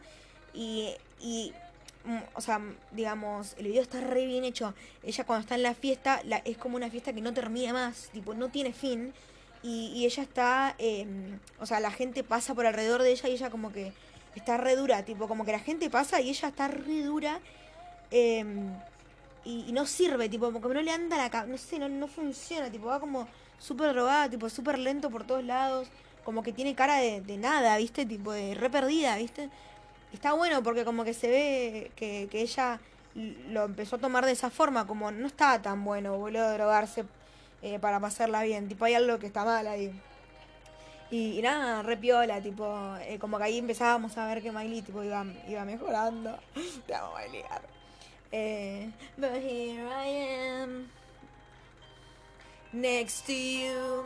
y o sea, digamos, el video está re bien hecho. Ella cuando está en la fiesta, es como una fiesta que no termina más, tipo, no tiene fin. Y ella está, o sea, la gente pasa por alrededor de ella y ella como que está re dura, tipo, como que la gente pasa y ella está re dura. eh, y no sirve, tipo, como que no le anda la cabeza, no sé, no funciona, tipo, va como súper drogada, tipo, súper lento por todos lados, como que tiene cara de nada, ¿viste? Tipo, de re perdida, ¿viste? Está bueno porque como que se ve que ella lo empezó a tomar de esa forma, como no estaba tan bueno, boludo, drogarse para pasarla bien, tipo, hay algo que está mal ahí. Y nada, re piola, tipo, como que ahí empezábamos a ver que Miley, tipo, iba mejorando. Te amo, Miley. But here I am, next to you,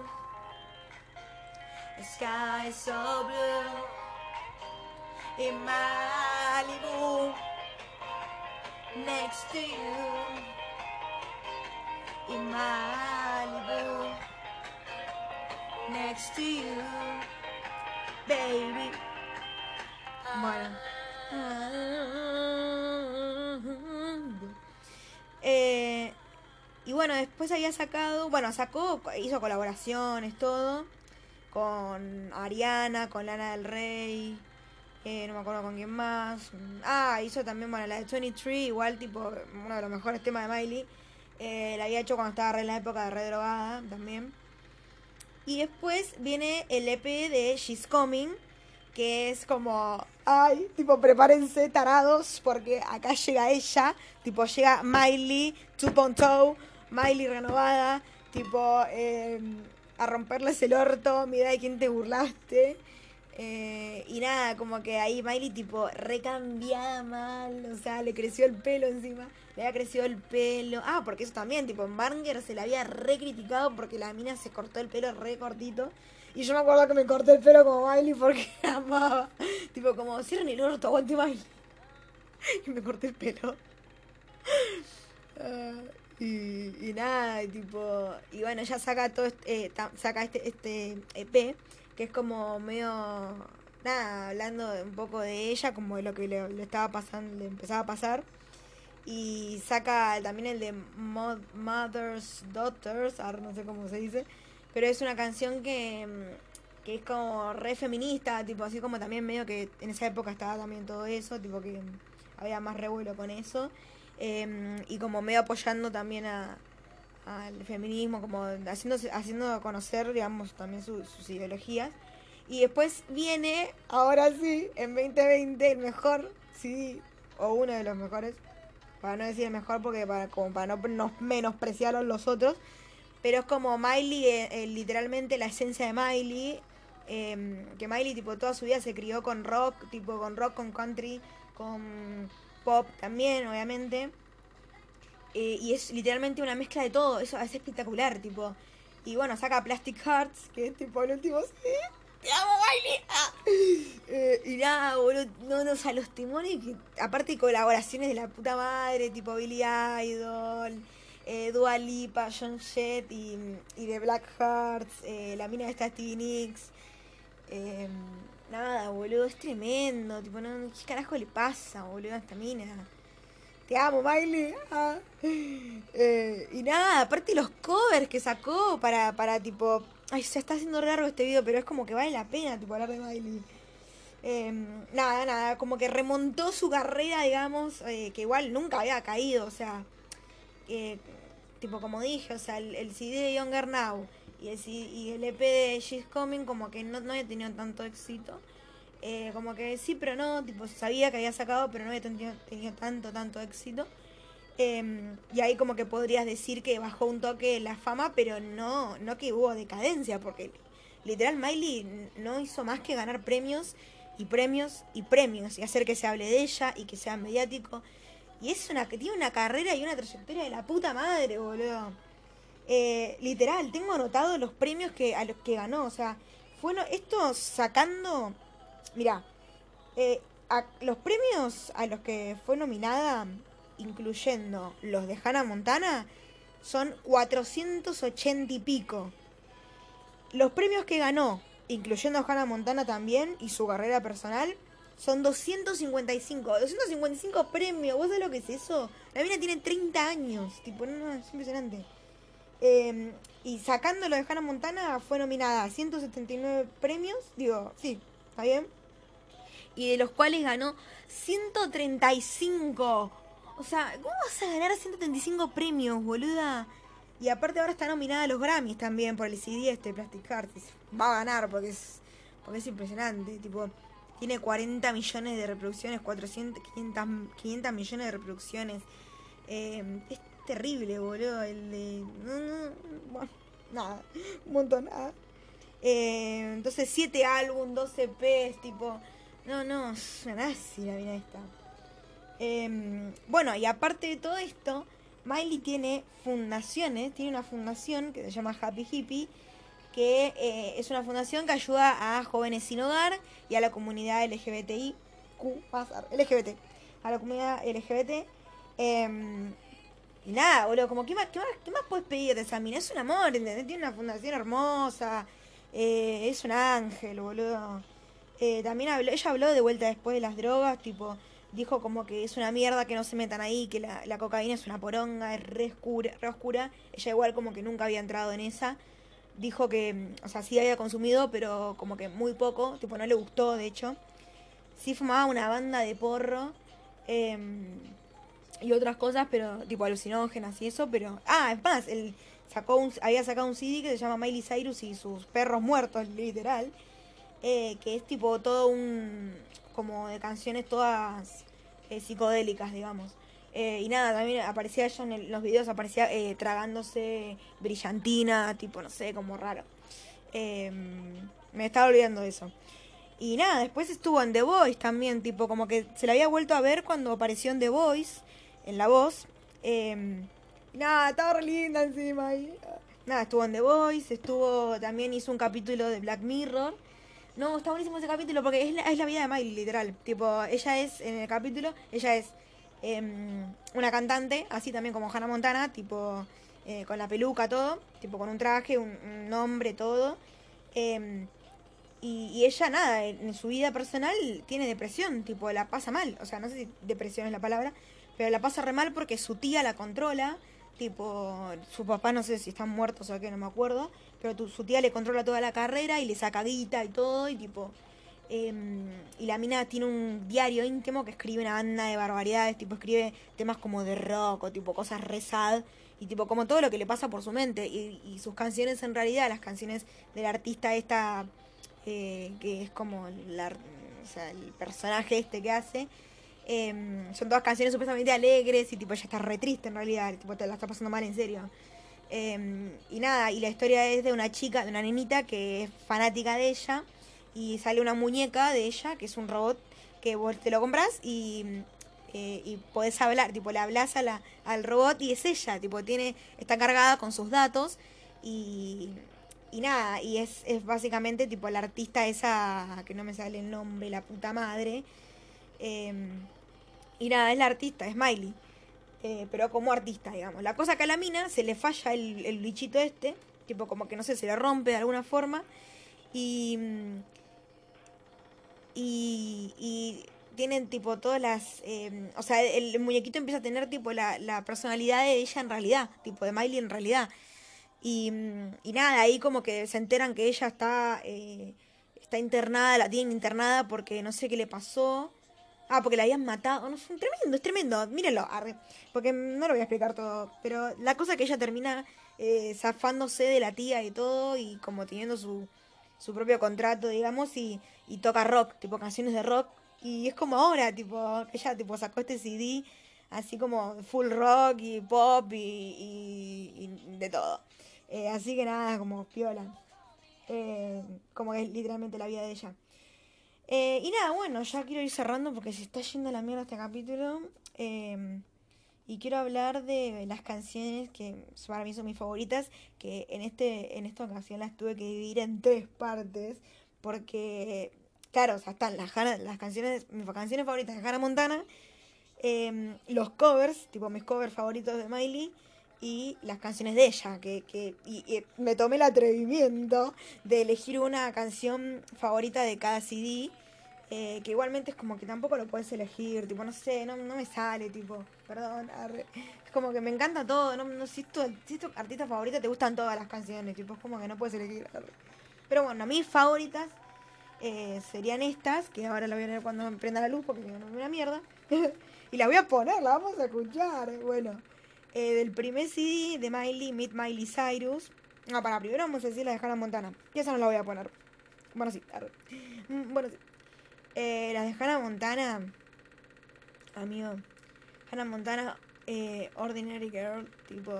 the sky is so blue, in Malibu, next to you, in Malibu, next to you, baby. Bueno. Y bueno, después había sacado, bueno, hizo colaboraciones, todo, con Ariana, con Lana del Rey, no me acuerdo con quién más. Ah, hizo también, bueno, la de 23, igual, tipo, uno de los mejores temas de Miley. La había hecho cuando estaba re en la época de re drogada, también. Y después viene el EP de She's Coming, que es como, ay, tipo, prepárense tarados, porque acá llega ella, tipo, llega Miley 2.0, Miley renovada, tipo, a romperles el orto, mira de quién te burlaste. Y nada, como que ahí Miley tipo recambiada mal, o sea, le creció el pelo encima, le había crecido el pelo. Ah, porque eso también, tipo, en Banger se la había recriticado porque la mina se cortó el pelo re cortito. Y yo me acuerdo que me corté el pelo como Miley porque la amaba. Tipo, como, cierren el orto, aguante Miley. Y me corté el pelo. Ah, y nada, tipo, y bueno, ella saca todo saca este EP, que es como medio, nada, hablando un poco de ella, como de lo que le estaba pasando, le empezaba a pasar. Y saca también el de Mother's Daughters, ahora no sé cómo se dice, pero es una canción que es como re feminista, tipo así como también medio que en esa época estaba también todo eso, tipo que había más revuelo con eso, y como medio apoyando también al feminismo, como haciendo conocer, digamos, también sus ideologías. Y después viene, ahora sí, en 2020, el mejor CD, o uno de los mejores, para no decir el mejor porque como para no menospreciar a los otros, pero es como Miley, literalmente la esencia de Miley, que Miley tipo toda su vida se crió con rock, tipo con rock, con country, con pop también, obviamente, y es literalmente una mezcla de todo, eso es espectacular, tipo, y bueno, saca Plastic Hearts, que es tipo el último, sí, te amo Miley, ah. Y nada, boludo, no, o sea, los timones, que, aparte de colaboraciones de la puta madre, tipo Billy Idol, Dua Lipa, John Jett y de Black Hearts, la mina de esta Stevie Nicks, eh, nada, boludo, es tremendo, tipo, no, ¿qué carajo le pasa, boludo, a esta mina? Te amo, Miley. Ah. Y nada, aparte los covers que sacó para tipo... Ay, se está haciendo re largo este video, pero es como que vale la pena, tipo, hablar de Miley. Nada, como que remontó su carrera, digamos, que igual nunca había caído, o sea, eh, tipo como dije, o sea, el CD de Younger Now y el EP de She's Coming como que no había tenido tanto éxito. Como que sí, pero no, tipo, sabía que había sacado, pero no había tenido tanto éxito. Y ahí como que podrías decir que bajó un toque la fama, pero no que hubo decadencia, porque literal Miley no hizo más que ganar premios y premios y premios y hacer que se hable de ella y que sea mediático. Y es una que tiene una carrera y una trayectoria de la puta madre, boludo. Literal, tengo anotado los premios a los que ganó, o sea, esto sacando, mira, los premios a los que fue nominada, incluyendo los de Hannah Montana, son 480 y pico. Los premios que ganó, incluyendo a Hannah Montana también y su carrera personal, son 255. 255 premios. ¿Vos sabés lo que es eso? La mina tiene 30 años. Tipo, no, es impresionante. Y sacando lo de Hannah Montana, fue nominada a 179 premios. Digo, sí, está bien. Y de los cuales ganó 135. O sea, ¿cómo vas a ganar 135 premios, boluda? Y aparte ahora está nominada a los Grammys también por el CD este, Plastic Hearts. Va a ganar porque es impresionante. Tipo, tiene 40 millones de reproducciones, 500 millones de reproducciones. Es terrible, boludo. El de... bueno, nada, un montón, nada. Entonces 7 álbum, 12 EPs, tipo... No, es una nazi la mina esta. Bueno, y aparte de todo esto, Miley tiene una fundación que se llama Happy Hippie, que es una fundación que ayuda a jóvenes sin hogar y a la comunidad LGBT, a la comunidad LGBT. Y nada, boludo, como qué más puedes pedir de esa mina? Es un amor, ¿entendés? Tiene una fundación hermosa, es un ángel, boludo. También ella habló de vuelta después de las drogas, tipo, dijo como que es una mierda que no se metan ahí, que la cocaína es una poronga, es re oscura, re oscura. Ella igual como que nunca había entrado en esa. Dijo que, o sea, sí había consumido, pero como que muy poco, tipo, no le gustó, de hecho. Sí fumaba una banda de porro y otras cosas, pero tipo alucinógenas y eso, pero... Ah, es más, él había sacado un CD que se llama Miley Cyrus y sus perros muertos, literal, que es tipo todo como de canciones todas psicodélicas, digamos. Y nada, también aparecía ella en los videos, aparecía tragándose brillantina, tipo, no sé, como raro. Me estaba olvidando de eso. Y nada, después estuvo en The Voice también, tipo, como que se la había vuelto a ver cuando apareció en The Voice, en La Voz. Nada, estaba re linda encima. Nada, estuvo en The Voice, también hizo un capítulo de Black Mirror. No, está buenísimo ese capítulo porque es la vida de Miley, literal. Tipo, en el capítulo, ella es una cantante, así también como Hannah Montana, tipo, con la peluca, todo, tipo, con un traje, un nombre, todo. Em, y ella, nada, en su vida personal tiene depresión, tipo, la pasa mal. O sea, no sé si depresión es la palabra, pero la pasa re mal porque su tía la controla. Tipo, su papá no sé si están muertos o qué, no me acuerdo. Pero su tía le controla toda la carrera y le saca guita y todo. Y tipo, y la mina tiene un diario íntimo que escribe una banda de barbaridades. Tipo, escribe temas como de rock o tipo cosas re sad. Y tipo, como todo lo que le pasa por su mente. Y sus canciones en realidad, las canciones del artista esta que es como o sea, el personaje este que hace. Son todas canciones supuestamente alegres y tipo ella está re triste en realidad, tipo te la está pasando mal en serio. Y nada, y la historia es de una chica, de una nenita que es fanática de ella y sale una muñeca de ella que es un robot que vos te lo compras y podés hablar, tipo le hablas al robot y es ella, tipo está cargada con sus datos y, y nada, y es básicamente tipo la artista esa, que no me sale el nombre, la puta madre. Eh, y nada, es la artista, es Miley. Pero como artista, digamos. La cosa que a la mina se le falla el bichito este, tipo como que no sé, se le rompe de alguna forma. Y, y tienen tipo todas las... o sea, el muñequito empieza a tener tipo la personalidad de ella en realidad, tipo de Miley en realidad. Y nada, ahí como que se enteran que ella está internada, la tienen internada porque no sé qué le pasó. Ah, porque la habían matado. No, es tremendo. Mírenlo, porque no lo voy a explicar todo. Pero la cosa es que ella termina zafándose de la tía y todo y como teniendo su propio contrato, digamos, y toca rock, tipo canciones de rock. Y es como ahora, tipo, ella tipo sacó este CD así como full rock y pop y de todo. Así que nada, como piola. Como que es literalmente la vida de ella. Y nada, bueno, ya quiero ir cerrando porque se está yendo a la mierda este capítulo. Y quiero hablar de las canciones que para mí son mis favoritas, que en esta ocasión las tuve que dividir en tres partes, porque, claro, o sea, están mis canciones favoritas de Hannah Montana, los covers, tipo mis covers favoritos de Miley, y las canciones de ella, y me tomé el atrevimiento de elegir una canción favorita de cada CD, que igualmente es como que tampoco lo puedes elegir, tipo, no sé, no me sale, tipo, perdón, es como que me encanta todo, si tu artista favorita te gustan todas las canciones, tipo, es como que no puedes elegir, arre. Pero bueno, mis favoritas serían estas, que ahora la voy a leer cuando me prenda la luz porque si no me una mierda. Y la voy a poner, la vamos a escuchar. Bueno, del primer CD de Miley, Meet Miley Cyrus. No, para primero vamos a decir la de Hannah Montana. Que esa no la voy a poner. Bueno, sí, arre. Bueno, sí. Las de Hannah Montana, amigo. Hannah Montana, Ordinary Girl, tipo.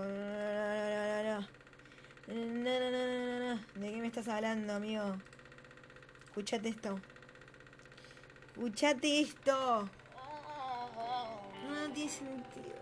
¿De qué me estás hablando, amigo? Escuchate esto. Escuchate esto. No tiene sentido.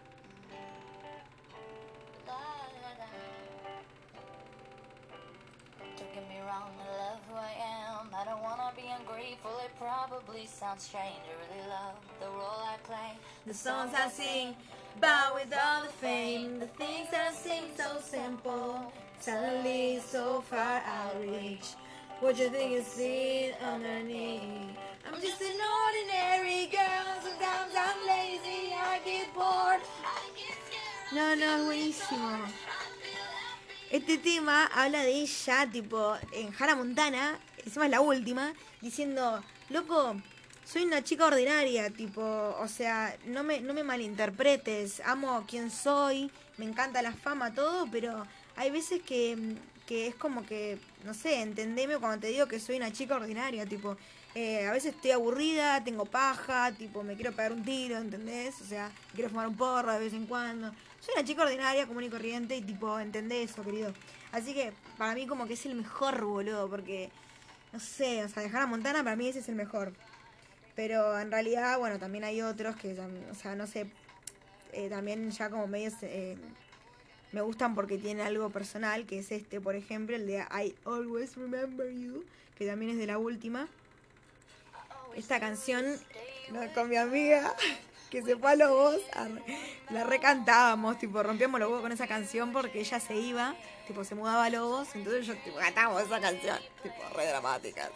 Don't get me wrong, I love who I am. I don't wanna be ungrateful, it probably sounds strange. I really love the role I play, the songs I sing, but with all the fame, the things that I sing so simple, suddenly so far outreach. What you think is it underneath? I'm just an ordinary girl, sometimes I'm lazy, I get bored. No, es buenísimo. Este tema habla de ella, tipo, en Hannah Montana, encima es la última, diciendo, loco, soy una chica ordinaria, tipo, o sea, no me malinterpretes, amo quien soy, me encanta la fama, todo, pero hay veces que es como que, no sé, entendeme cuando te digo que soy una chica ordinaria, tipo, a veces estoy aburrida, tengo paja, tipo, me quiero pegar un tiro, ¿entendés? O sea, quiero fumar un porro de vez en cuando. soy una chica ordinaria, común y corriente, y tipo, entendé eso, querido. Así que para mí como que es el mejor, boludo, porque, no sé, o sea, dejar a Montana para mí ese es el mejor. Pero en realidad, bueno, también hay otros que, o sea, no sé, también ya como medios me gustan porque tiene algo personal, que es este, por ejemplo, el de I Always Remember You, que también es de la última. Esta canción, no, con mi amiga, que se fue a Lobos, la recantábamos, tipo, rompíamos los huevos con esa canción porque ella se iba, tipo, se mudaba a Lobos, entonces yo, tipo, cantábamos esa canción, tipo, re dramática.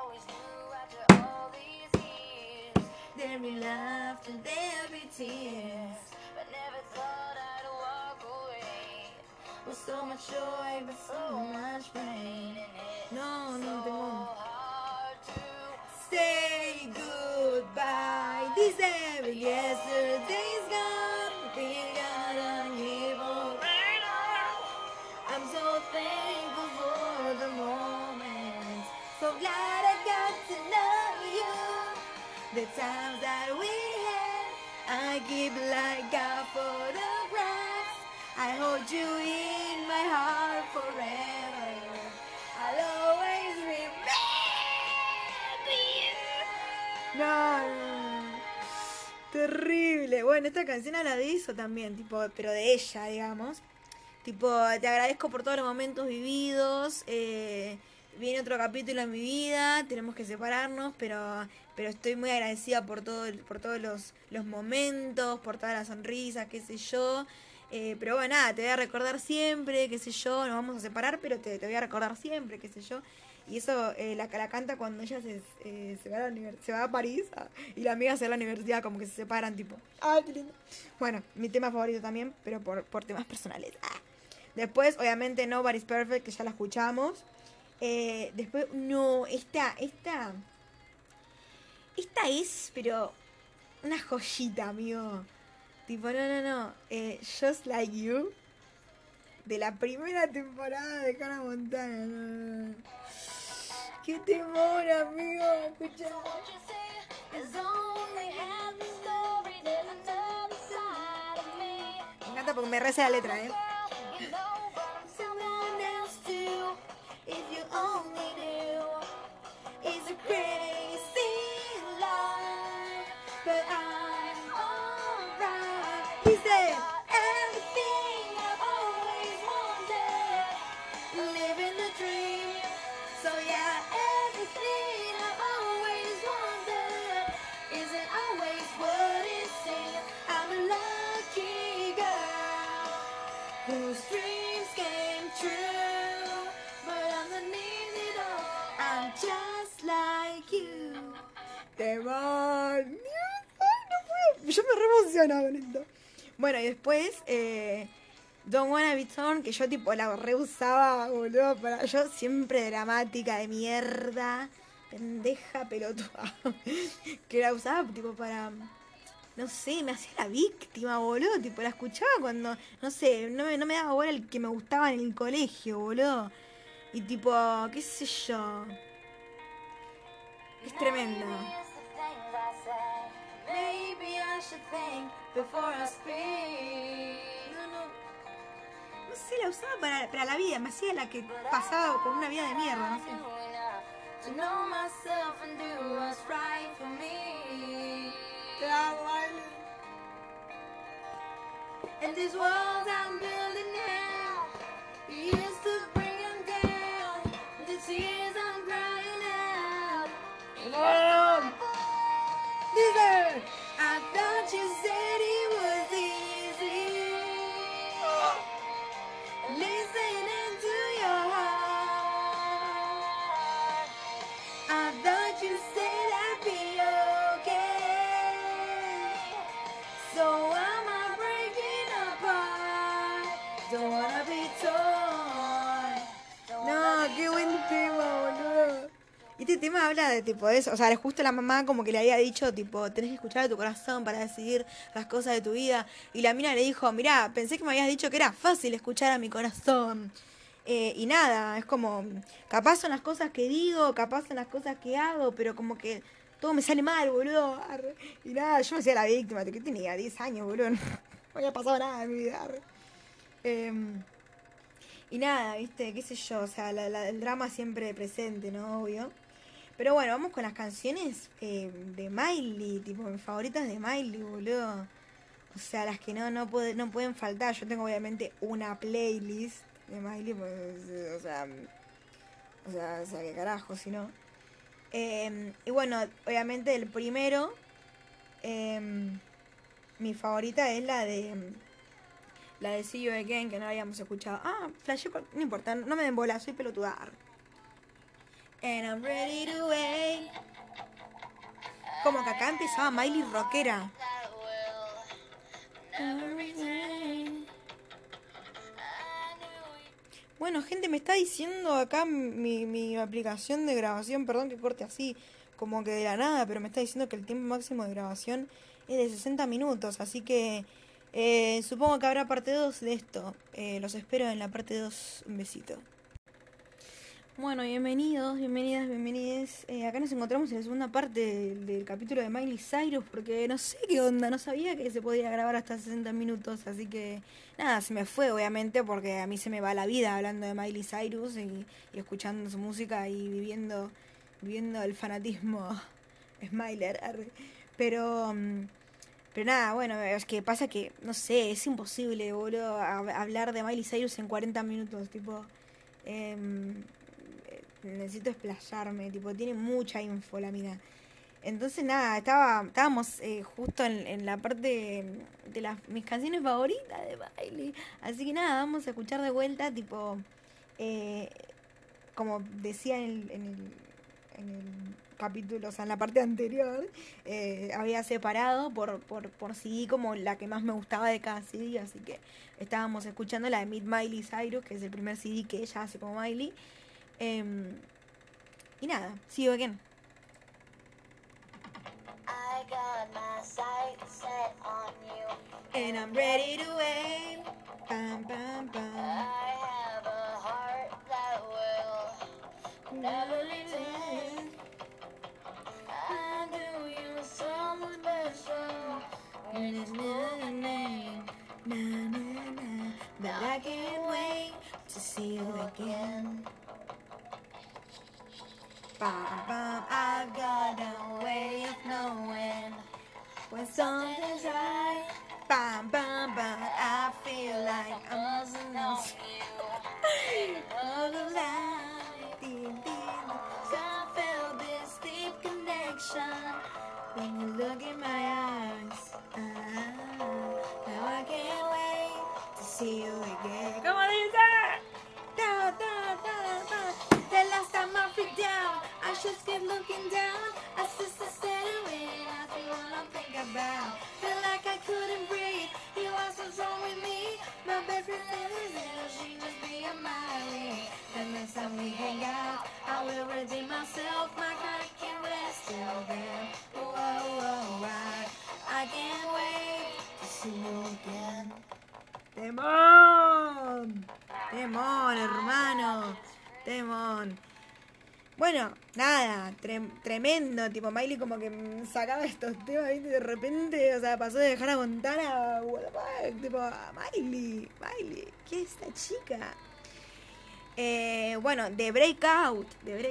There be laughter, there be tears, but never thought I'd walk away. With so much joy, but so much pain. No, no tengo. Say goodbye. This every yesterday's gone. We gotta live on right now. I'm so thankful for the moment. So glad I got to know you. The times that we had, I keep like a photograph. I hold you in my heart forever. I'll always remember you. No. Terrible. Bueno, esta canción habla de eso también, tipo, pero de ella, digamos. Tipo, te agradezco por todos los momentos vividos. Viene otro capítulo en mi vida, tenemos que separarnos, pero estoy muy agradecida por por todos los momentos, por todas las sonrisas, qué sé yo. Pero bueno, nada, te voy a recordar siempre, qué sé yo, nos vamos a separar, pero te voy a recordar siempre, qué sé yo. Y eso la canta cuando ella se va se va a París y la amiga se va a la universidad, como que se separan, tipo, ¡ay, qué lindo! Bueno, mi tema favorito también, pero por temas personales. Después, obviamente, Nobody's Perfect, que ya la escuchamos. Después, no, esta es, pero una joyita, amigo. Tipo, no. Just Like You, de la primera temporada de Hannah Montana. No. ¡Qué temor, amigo! Escucha. Me encanta porque me reza la letra, ¿eh? Whose dreams came true, but underneath it all, I'm just like you. Te van. No puedo. Yo me re emociono con esto. Bueno, y después, Don't Wanna Be Torn, que yo tipo la re usaba, boludo, para yo siempre dramática de mierda, pendeja pelotuda, que la usaba tipo para... No sé, me hacía la víctima, boludo. Tipo, la escuchaba cuando, no sé, no me daba bola el que me gustaba en el colegio, boludo. Y tipo, qué sé yo. Es tremenda. No sé, la usaba para la vida. Me hacía la que pasaba con una vida de mierda, no sé. To know myself and do what's right for me. And these walls I'm building now used to bring them down. The tears I'm crying out. Listen, I thought you said it was easy. Listening to your heart. I thought you said I'd be okay. So am I breaking apart? Don't wanna be torn. No, qué buen tema, boludo. Y este tema habla de tipo eso, o sea, justo la mamá como que le había dicho, tipo, tenés que escuchar a tu corazón para decidir las cosas de tu vida. Y la mina le dijo, mirá, pensé que me habías dicho que era fácil escuchar a mi corazón. Y nada, es como, capaz son las cosas que digo, capaz son las cosas que hago, pero como que todo me sale mal, boludo. Y nada, yo me hacía la víctima, que tenía 10 años, boludo. No había pasado nada en mi vida. Y nada, viste, qué sé yo, o sea, el drama siempre presente, ¿no? Obvio. Pero bueno, vamos con las canciones de Miley, tipo, mis favoritas de Miley, boludo. O sea, las que no pueden faltar. Yo tengo obviamente una playlist de Miley, pues, o sea, qué carajo, si no. Y bueno, obviamente el primero, mi favorita es la de See You Again, que no la habíamos escuchado. Ah, flashé, no importa, no me den bola, soy pelotuda. And I'm ready to wait. Como que acá empezaba Miley rockera. Bueno, gente, me está diciendo acá mi aplicación de grabación, perdón que corte así, como que de la nada, pero me está diciendo que el tiempo máximo de grabación es de 60 minutos, así que supongo que habrá parte 2 de esto. Los espero en la parte 2. Un besito. Bueno, bienvenidos, bienvenidas, bienvenides. Acá nos encontramos en la segunda parte del capítulo de Miley Cyrus, porque no sé qué onda, no sabía que se podía grabar hasta 60 minutos, así que nada, se me fue obviamente, porque a mí se me va la vida hablando de Miley Cyrus y escuchando su música y viviendo el fanatismo Smiler. Pero, pero nada, bueno, es que pasa que, no sé, es imposible, boludo, hablar de Miley Cyrus en 40 minutos, tipo... necesito explayarme, tipo, tiene mucha info la mina. Entonces nada, estábamos justo en la parte de mis canciones favoritas de Miley. Así que nada, vamos a escuchar de vuelta, tipo, como decía en el capítulo, o sea, en la parte anterior, había separado por CD como la que más me gustaba de cada CD, así que estábamos escuchando la de Meet Miley Cyrus, que es el primer CD que ella hace como Miley. Y nada, see you again. I got my sights set on you, and I'm ready to wait. Bam, bam, bam. I have a heart that will never return. I do you so special, and it's no name, na na na. But I can't wait to see you again. Bam, bam, I've got a way of knowing when something's right. Bam, bam, bam, I feel like I must know you all the life. I felt this deep connection when you look in my eyes. Now I can't wait to see you again. Come on, Lisa! Da, da, da, da. The last time I freaked down, I just kept looking down. I just staring, I feel all I think about. Feel like I couldn't breathe. You asked what's wrong with me. My best friend is ill, she must be a Miley. The next time we hang out, I will redeem myself. My heart can rest till then. Whoa, whoa, I can't wait to see you again. ¡Temón! ¡Temón, hermano! ¡Temón! Bueno, nada, tremendo, tipo Miley como que sacaba estos temas, ¿viste? De repente, o sea, pasó de dejar a Montana, tipo, Miley, ¿qué es esta chica? Bueno, de Breakout,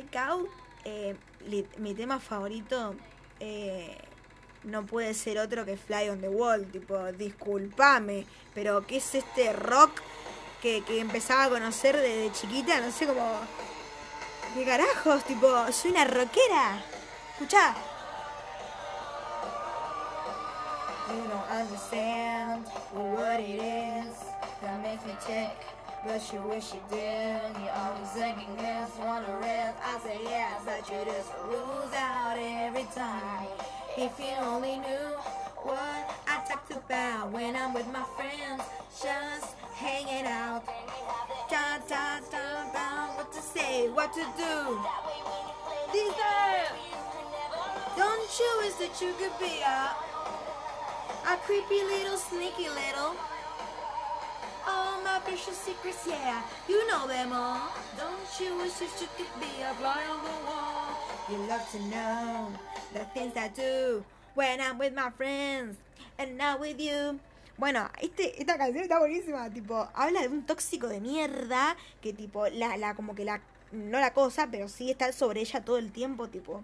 mi tema favorito no puede ser otro que Fly on the Wall, tipo, disculpame, pero ¿qué es este rock que empezaba a conocer desde chiquita? No sé, como... ¿Qué carajos? Tipo, soy una rockera. Escuchá. You don't understand what it is that makes me tick, but you wish you did. You always second guess, wanna rest. I say yeah, but you just lose out every time. If you only knew what I talked about when I'm with my friends, just hanging out. Da da da da, what to say, what to do. Lisa, don't you wish that you could be a creepy little, sneaky little? All my precious secrets, yeah, you know them all. Don't you wish that you could be a fly on the wall? You love to know the things I do when I'm with my friends and not with you. Bueno, esta canción está buenísima, tipo, habla de un tóxico de mierda que tipo, como que no la cosa, pero sí está sobre ella todo el tiempo, tipo,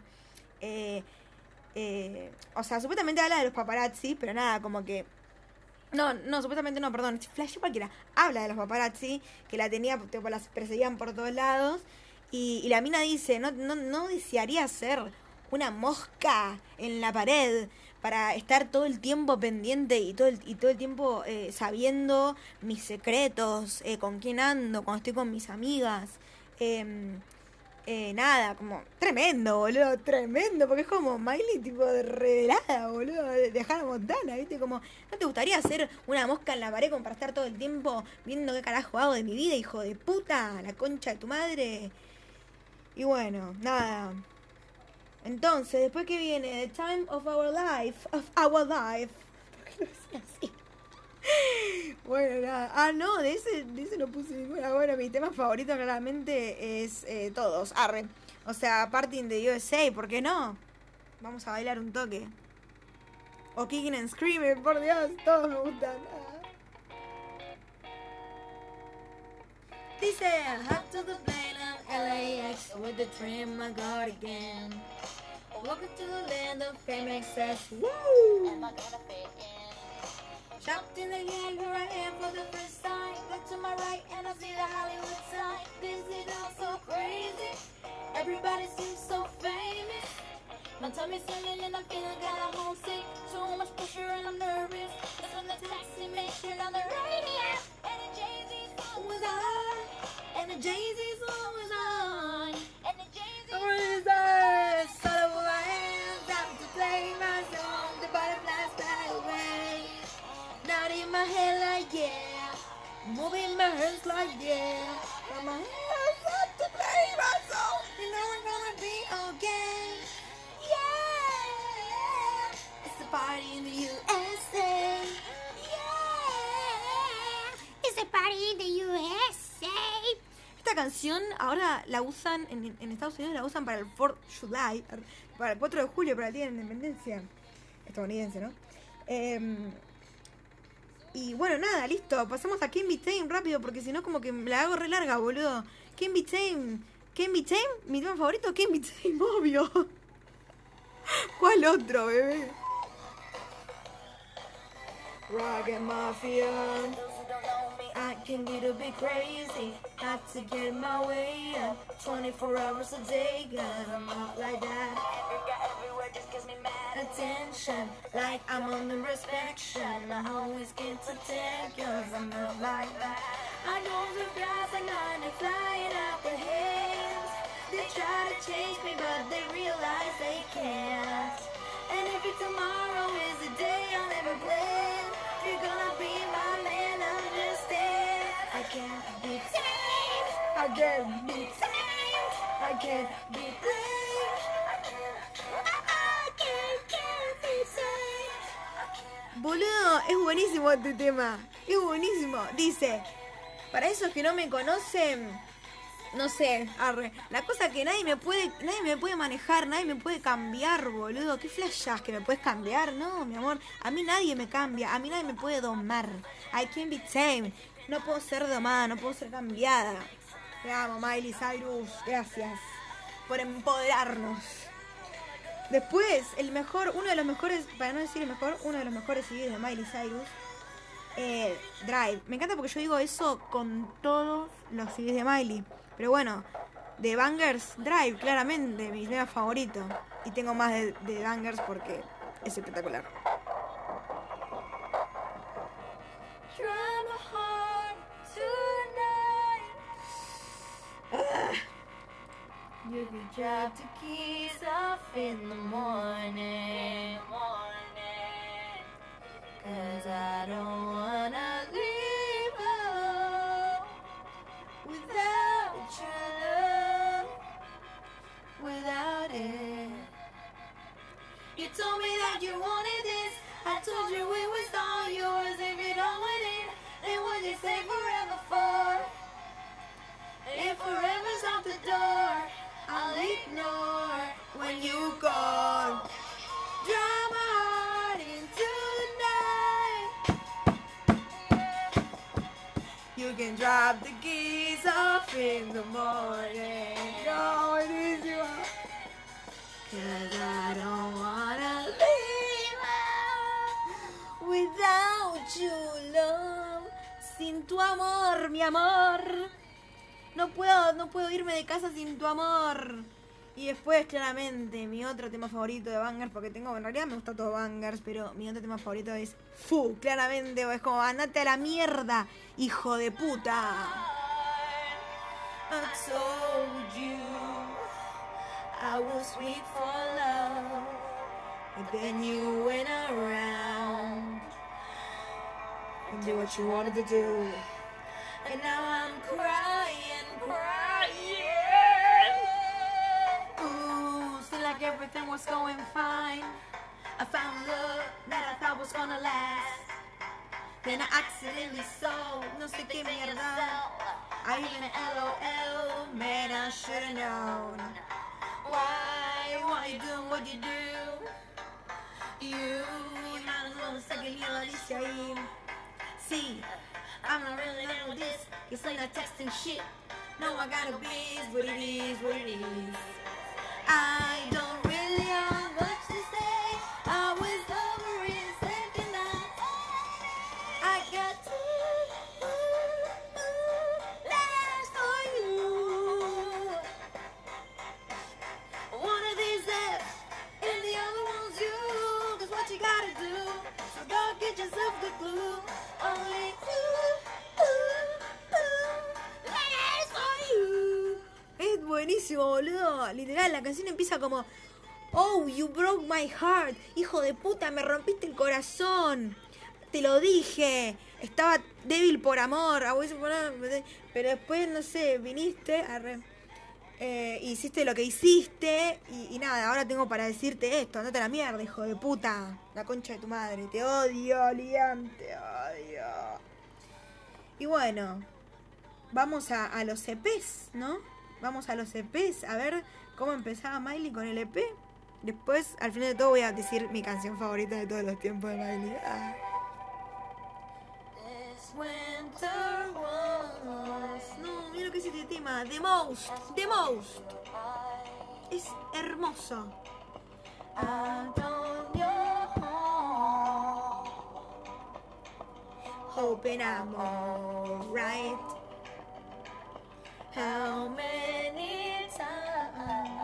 o sea, supuestamente habla de los paparazzi, pero nada, como que, no, supuestamente no, perdón, flash cualquiera, habla de los paparazzi, que la tenía, tipo, las perseguían por todos lados, y la mina dice, no desearía ser una mosca en la pared para estar todo el tiempo pendiente y todo el tiempo sabiendo mis secretos, con quién ando, cuando estoy con mis amigas. Nada, como tremendo, boludo, tremendo, porque es como Miley tipo de revelada, boludo, de Hannah Montana, ¿viste? Como, ¿no te gustaría ser una mosca en la pared como para estar todo el tiempo viendo qué carajo hago de mi vida, hijo de puta, la concha de tu madre? Y bueno, nada. Entonces, después que viene The Time of Our Life, ¿Por qué lo decía así? Bueno, nada. Ah, no, de ese no puse ninguna. Bueno, mi tema favorito claramente es todos. Arre. O sea, Party in the USA, ¿por qué no? Vamos a bailar un toque. O Kicking and Screaming, por Dios, todos me gustan. Dice, up to the plane of LAX with the trim I got again. Welcome to the land of fame excess. Woo! Am I gonna fit in? Jumped in the air, here I am for the first time. Look to my right and I see the Hollywood sign. This is all so crazy. Everybody seems so famous. My tummy's swelling and I'm feeling kinda homesick. So much pressure and I'm nervous. That's when the taxi man turned on the radio. And the Jay-Z song was on. And the Jay-Z song was on. And the Jay-Z song was on. Son of a hand, time to play my song. The butterflies fly away. Not in my head like yeah. Moving my hands like yeah. Got my hands up to play my song. You know we're gonna be okay. Yeah. It's a party in the USA. Yeah. It's a party in the USA. Esta canción ahora la usan en Estados Unidos, la usan para el 4th of July, para el 4 de julio, para el Día de la Independencia estadounidense, ¿no? Y bueno, nada, listo, pasamos a Can't Be Tamed rápido, porque si no como que me la hago re larga, boludo. Can't Be Tamed, mi tema favorito, Can't Be Tamed, obvio. ¿Cuál otro, bebé? Rocket Mafia. I can get a bit crazy, not to get my way up. 24 hours a day, cause I'm up like that. Everywhere just gives me mad attention, like I'm under inspection. I always get to take, cause I'm up like that. I know the guys are not flying out the hands. They try to change me, but they realize they can't. And if tomorrow is the day I'll never plan, you're gonna be my man, understand. I can't be tamed, I can't be tamed, I can't be blamed, I can't be tamed. Boludo, es buenísimo este tema, es buenísimo. Dice, para esos que no me conocen, no sé, arre. La cosa que nadie me puede manejar, nadie me puede cambiar, boludo. ¿Qué flashás que me puedes cambiar? No, mi amor. A mí nadie me cambia, a mí nadie me puede domar. I can't be tamed. No puedo ser domada, no puedo ser cambiada. Te amo, Miley Cyrus. Gracias por empoderarnos. Después, uno de los mejores, para no decir el mejor, uno de los mejores CDs de Miley Cyrus. Drive. Me encanta porque yo digo eso con todos los CDs de Miley. Pero bueno, de Bangers, Drive, claramente, mi tema favorito. Y tengo más de Bangers porque es espectacular. You can drop the keys off in the morning. Cause I don't wanna leave home without your love, without it. You told me that you wanted this, I told you it was all yours. If you don't want it, then what you say forever for? If forever's out the door, I'll ignore when you go. Drive my heart into the night. You can drop the keys off in the morning. No, buenísimo. 'Cause I don't wanna leave without you, love. Sin tu amor, mi amor. No puedo irme de casa sin tu amor. Y después, claramente, mi otro tema favorito de Bangers, porque en realidad me gusta todo Bangers, pero mi otro tema favorito es Fu, claramente, es como, andate a la mierda, hijo de puta. I told you I was weak for love, but then you went around and did what you wanted to do, and now I'm crying. Ooh, seemed like everything was going fine. I found love that I thought was gonna last. Then I accidentally saw, no sé qué mierda. I even LOL, man, I should've known. Why you doing what you do? You might as well say que lo dice ahí. See, I'm not really done with this. It's like not texting shit. No, I gotta be what it is, what it is. I don't really have much to say. I was over in second night. I got to last for you. One of these days, and the other one's you. 'Cause what you gotta do, so go get yourself the glue. Only last for you. Es buenísimo, boludo. Literal, la canción empieza como: oh, you broke my heart. Hijo de puta, me rompiste el corazón. Te lo dije. Estaba débil por amor. Pero después, no sé, viniste, hiciste lo que hiciste. Y nada, ahora tengo para decirte esto. Andate a la mierda, hijo de puta. La concha de tu madre. Te odio, Liam. Te odio. Y bueno, vamos a los EPs, ¿no? Vamos a los EPs. A ver cómo empezaba Miley con el EP. Después, al final de todo, voy a decir mi canción favorita de todos los tiempos de Miley. Ah. No, mira lo que es este tema. The Most. The Most. Es hermoso. Hoping I'm alright. How many times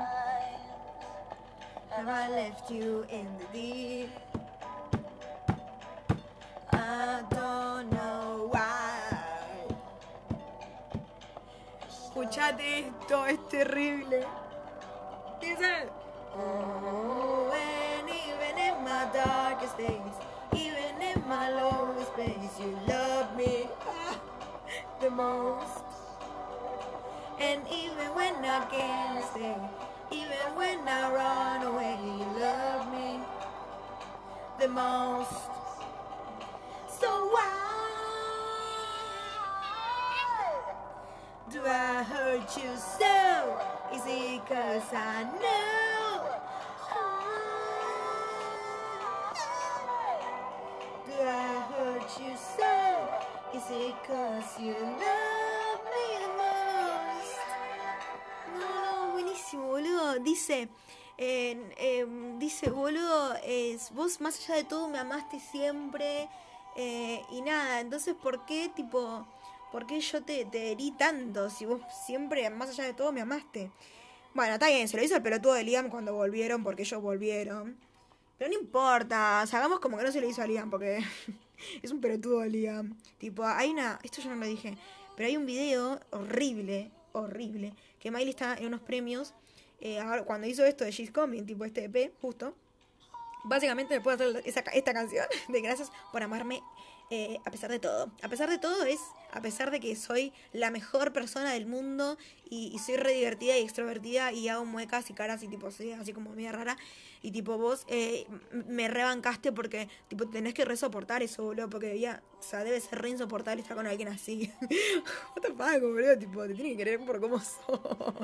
have I left you in the deep? I don't know why. Escuchate esto, es terrible. Dice: oh, and even in my darkest days, even in my lowest place, you love me the most. And even when I can't stay, even when I run away, you love me the most. So why do I hurt you so? Is it 'cause I know? Do I hurt you so? Is it 'cause you love me the most? No, buenísimo, boludo. Dice, boludo, vos más allá de todo me amaste siempre. Y nada, entonces ¿por qué yo te herí tanto si vos siempre, más allá de todo, me amaste? Bueno, está bien, se lo hizo el pelotudo de Liam cuando volvieron, porque ellos volvieron. Pero no importa, o sea, hagamos como que no se lo hizo a Liam, porque es un pelotudo de Liam. Tipo, esto yo no lo dije, pero hay un video horrible, que Miley está en unos premios, ahora, cuando hizo esto de She's Coming, tipo este EP, justo. Básicamente me puedo hacer esta canción de gracias por amarme a pesar de todo. A pesar de todo a pesar de que soy la mejor persona del mundo y soy re divertida y extrovertida y hago muecas y caras y tipo soy así como media rara. Y tipo vos me rebancaste porque tipo tenés que resoportar eso, boludo, porque o sea, debe ser re insoportable estar con alguien así. What the fuck, boludo, tipo te tiene que querer por cómo sos.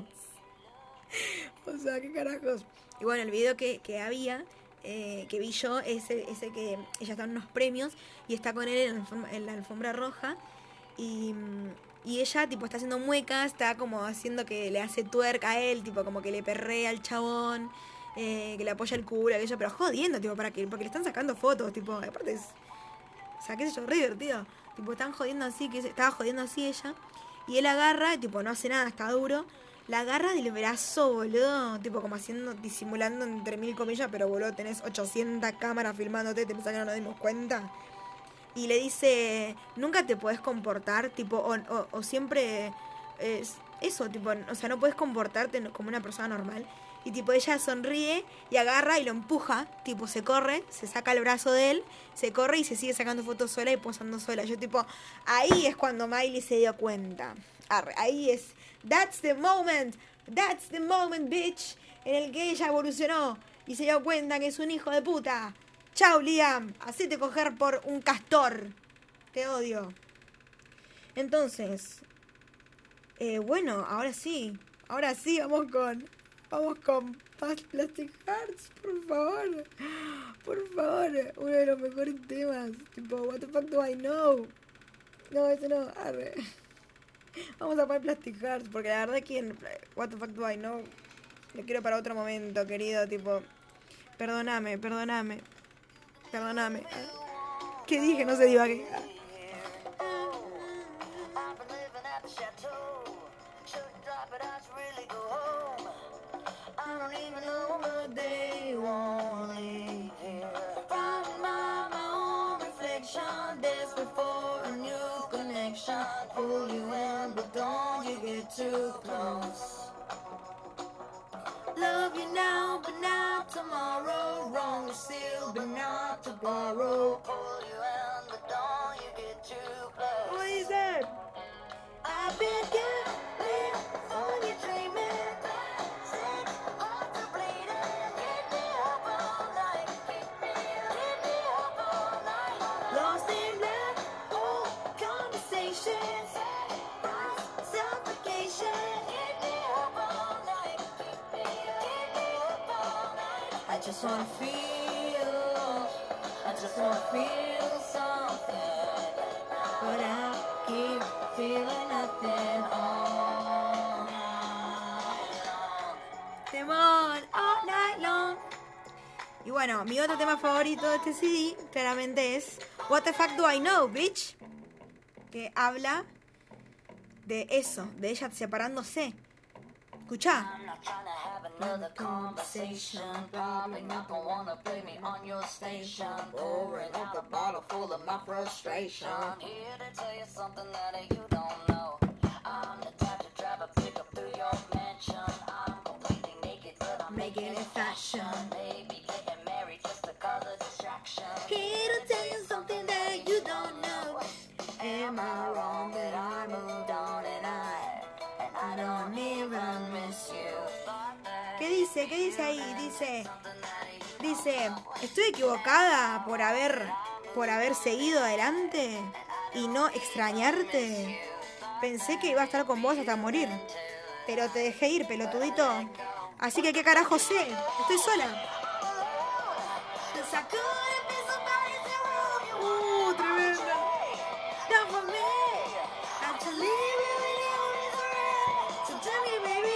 O sea, qué carajos. Y bueno, el video que había... que vi yo, ese que ella está en unos premios y está con él en la alfombra roja Y, y ella, tipo, está haciendo muecas, está como haciendo que le hace twerk a él, tipo, como que le perrea al chabón, que le apoya el culo, aquello, pero jodiendo, tipo, porque le están sacando fotos, tipo, aparte es, o sea, qué sé yo, re divertido. Tipo, están jodiendo así, estaba jodiendo así ella. Y él agarra, tipo, no hace nada, está duro. La agarra del brazo, boludo. Tipo, como haciendo, disimulando entre mil comillas, pero boludo, tenés 800 cámaras filmándote, te pensás que no nos dimos cuenta. Y le dice, nunca te podés comportar, tipo, o siempre eso, tipo, o sea, no podés comportarte como una persona normal. Y tipo, ella sonríe y agarra y lo empuja, tipo, se corre, se saca el brazo de él, se corre y se sigue sacando fotos sola y posando sola. Yo tipo, ahí es cuando Miley se dio cuenta. Arre, ahí es, that's the moment, bitch, en el que ella evolucionó y se dio cuenta que es un hijo de puta. Chau, Liam. Hacete coger por un castor. Te odio. Entonces, bueno, ahora sí. Ahora sí, vamos con... Vamos con Plastic Hearts, por favor. Por favor. Uno de los mejores temas. Tipo, what the fuck do I know? No, eso no. Arre. Vamos a poner Plastic Hearts, porque la verdad que en what the fuck do I know lo quiero para otro momento, querido. Tipo, perdóname. ¿Qué dije? No se divague. Pull you in, but don't you get too close. Love you now, but not tomorrow. Wrong to steal, but not to borrow. Pull you in, but don't you get too close. What is that? I've been gambling on you dreaming. Sick of the bleeding. Keep me up all night. Keep me up all night. Lost in black hole conversations. Suffocation. Keep me up all night. Keep me up all night. I just wanna feel something, but I keep feeling nothing all night long. Temor, all night long. Y bueno, mi otro tema favorito de este CD claramente es What the fuck do I know, bitch? Que habla de eso, de ella separándose. Escuchá. Another conversation, popping up, I wanna play me on your station, pouring out a bottle full of my frustration. I'm here to tell you something that you don't know. I'm the type to drive a pickup through your mansion. I'm completely naked, but I'm making it fashion. Maybe getting married just to cause a distraction. Here to tell you something that you don't know. Am I wrong that I moved on and I don't even miss you? ¿Qué dice? ¿Qué dice ahí? Dice, ¿estoy equivocada por haber seguido adelante y no extrañarte? Pensé que iba a estar con vos hasta morir, pero te dejé ir, pelotudito. Así que, ¿qué carajo sé? Estoy sola. Tremenda. Not for me. Actually, so tell me, baby,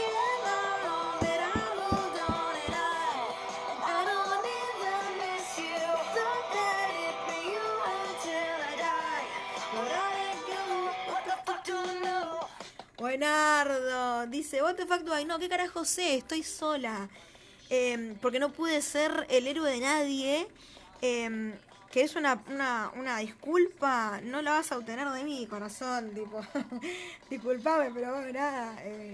Buenardo, dice, what the fuck do I know? ¿Qué carajo sé? Estoy sola. Porque no pude ser el héroe de nadie. Que es una disculpa. No la vas a obtener de mí, corazón. Tipo, disculpame, pero bueno, nada.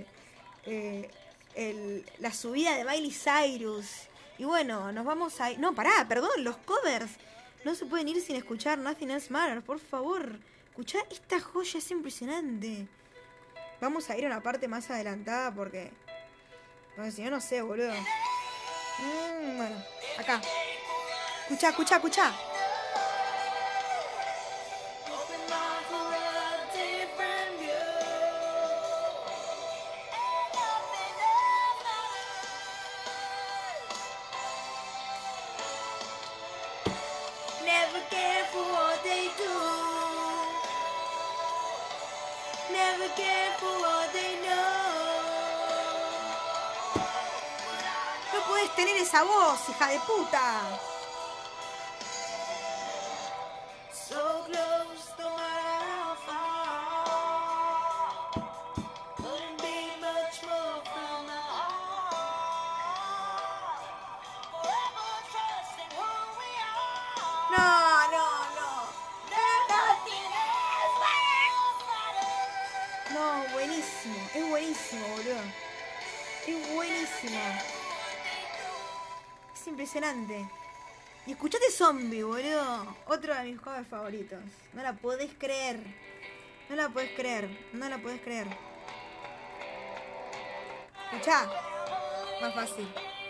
La subida de Miley Cyrus. Y bueno, nos vamos a ir. No, pará, perdón, los covers. No se pueden ir sin escuchar Nothing Else Matters, por favor. Escuchá, esta joya es impresionante. Vamos a ir a una parte más adelantada porque... No, si yo no sé, boludo. Bueno, acá. Escuchá. Never care for what they do. again for what they know. No podés tener esa voz, hija de puta. So close, no matter how far. Couldn't be much more from the heart. Forever trusting who we are. No. No, buenísimo. Es buenísimo, boludo. Es buenísimo. Es impresionante. Y escuchate Zombie, boludo. Otro de mis juegos favoritos. No la podés creer. No la podés creer. Escuchá. Más fácil.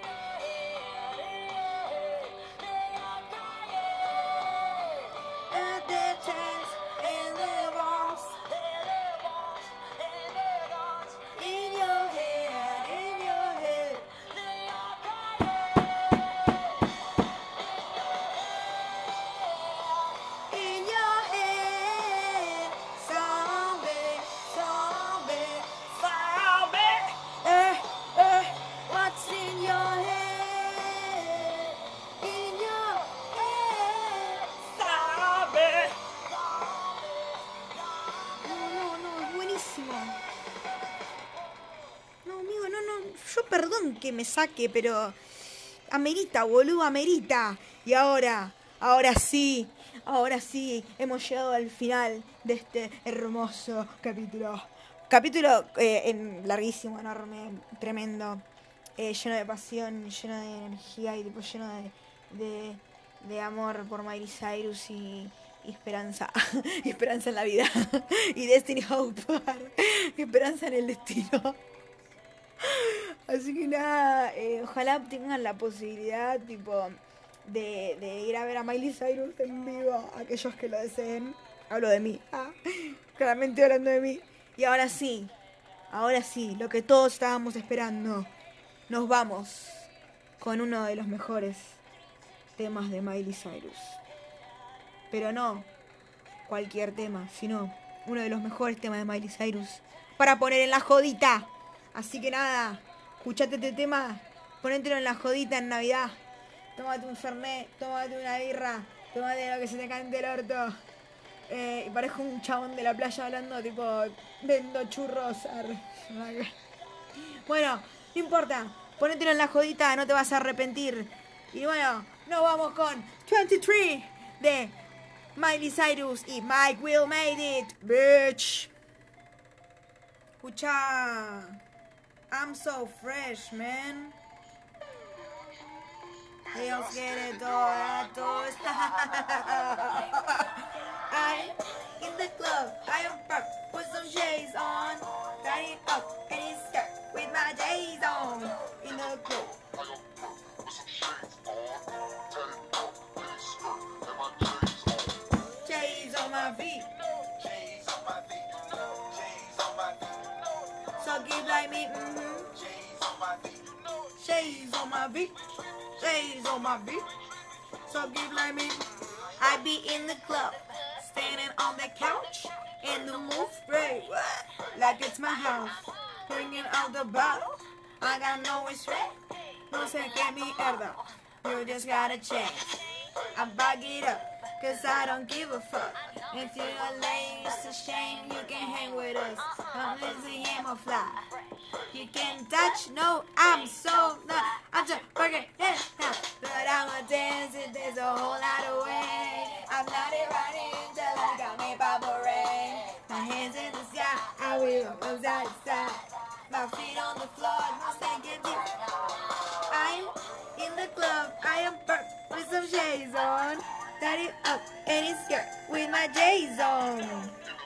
Perdón que me saque, pero amerita, boludo, amerita. Y ahora sí, hemos llegado al final de este hermoso capítulo. Larguísimo, enorme, tremendo, lleno de pasión, lleno de energía y tipo, lleno de amor por Miley Cyrus y esperanza. Y esperanza en la vida. Y Destiny Hope. Esperanza en el destino. Así que nada, ojalá tengan la posibilidad tipo de ir a ver a Miley Cyrus en vivo, aquellos que lo deseen. Hablo de mí, claramente hablando de mí. Y ahora sí, lo que todos estábamos esperando. Nos vamos con uno de los mejores temas de Miley Cyrus. Pero no cualquier tema, sino uno de los mejores temas de Miley Cyrus para poner en la jodita. Así que nada, escuchate este tema, ponételo en la jodita en Navidad. Tómate un fernet, tómate una birra, tómate lo que se te cante el orto. Y parezco un chabón de la playa hablando tipo, vendo churros. Bueno, no importa, ponételo en la jodita, no te vas a arrepentir. Y bueno, nos vamos con 23 de Miley Cyrus y Mike Will Made It, bitch. Escucha. I'm so fresh, man. Ellos quieren todos. I'm in the club. I am back. Put some shades on. Tie it up and it's skirt with my J's on. In the club. J's on my feet. J's on my feet. J's on my feet. So give like me, J's on my feet. J's on my feet. J's on my feet. So give like me. I be in the club, standing on the couch, and the mood spray like it's my house. Bringing out the bottle, I got no respect. No sé qué mierda, you just gotta check. I bag it up, cause I don't give a fuck. If you're lame, it's a shame you can hang with us. I'm Lindsay Hammerfly. You can't touch, no, I'm so not. I'm just working it out. But I'm a dancer, there's a whole lot of way. I'm not it right until I got me Papa Ray. My hands in the sky, I will from side to side. My feet on the floor, no second deep. I'm in the club, I am burnt with some shades on. Tied it up and it's skirt with my J's on.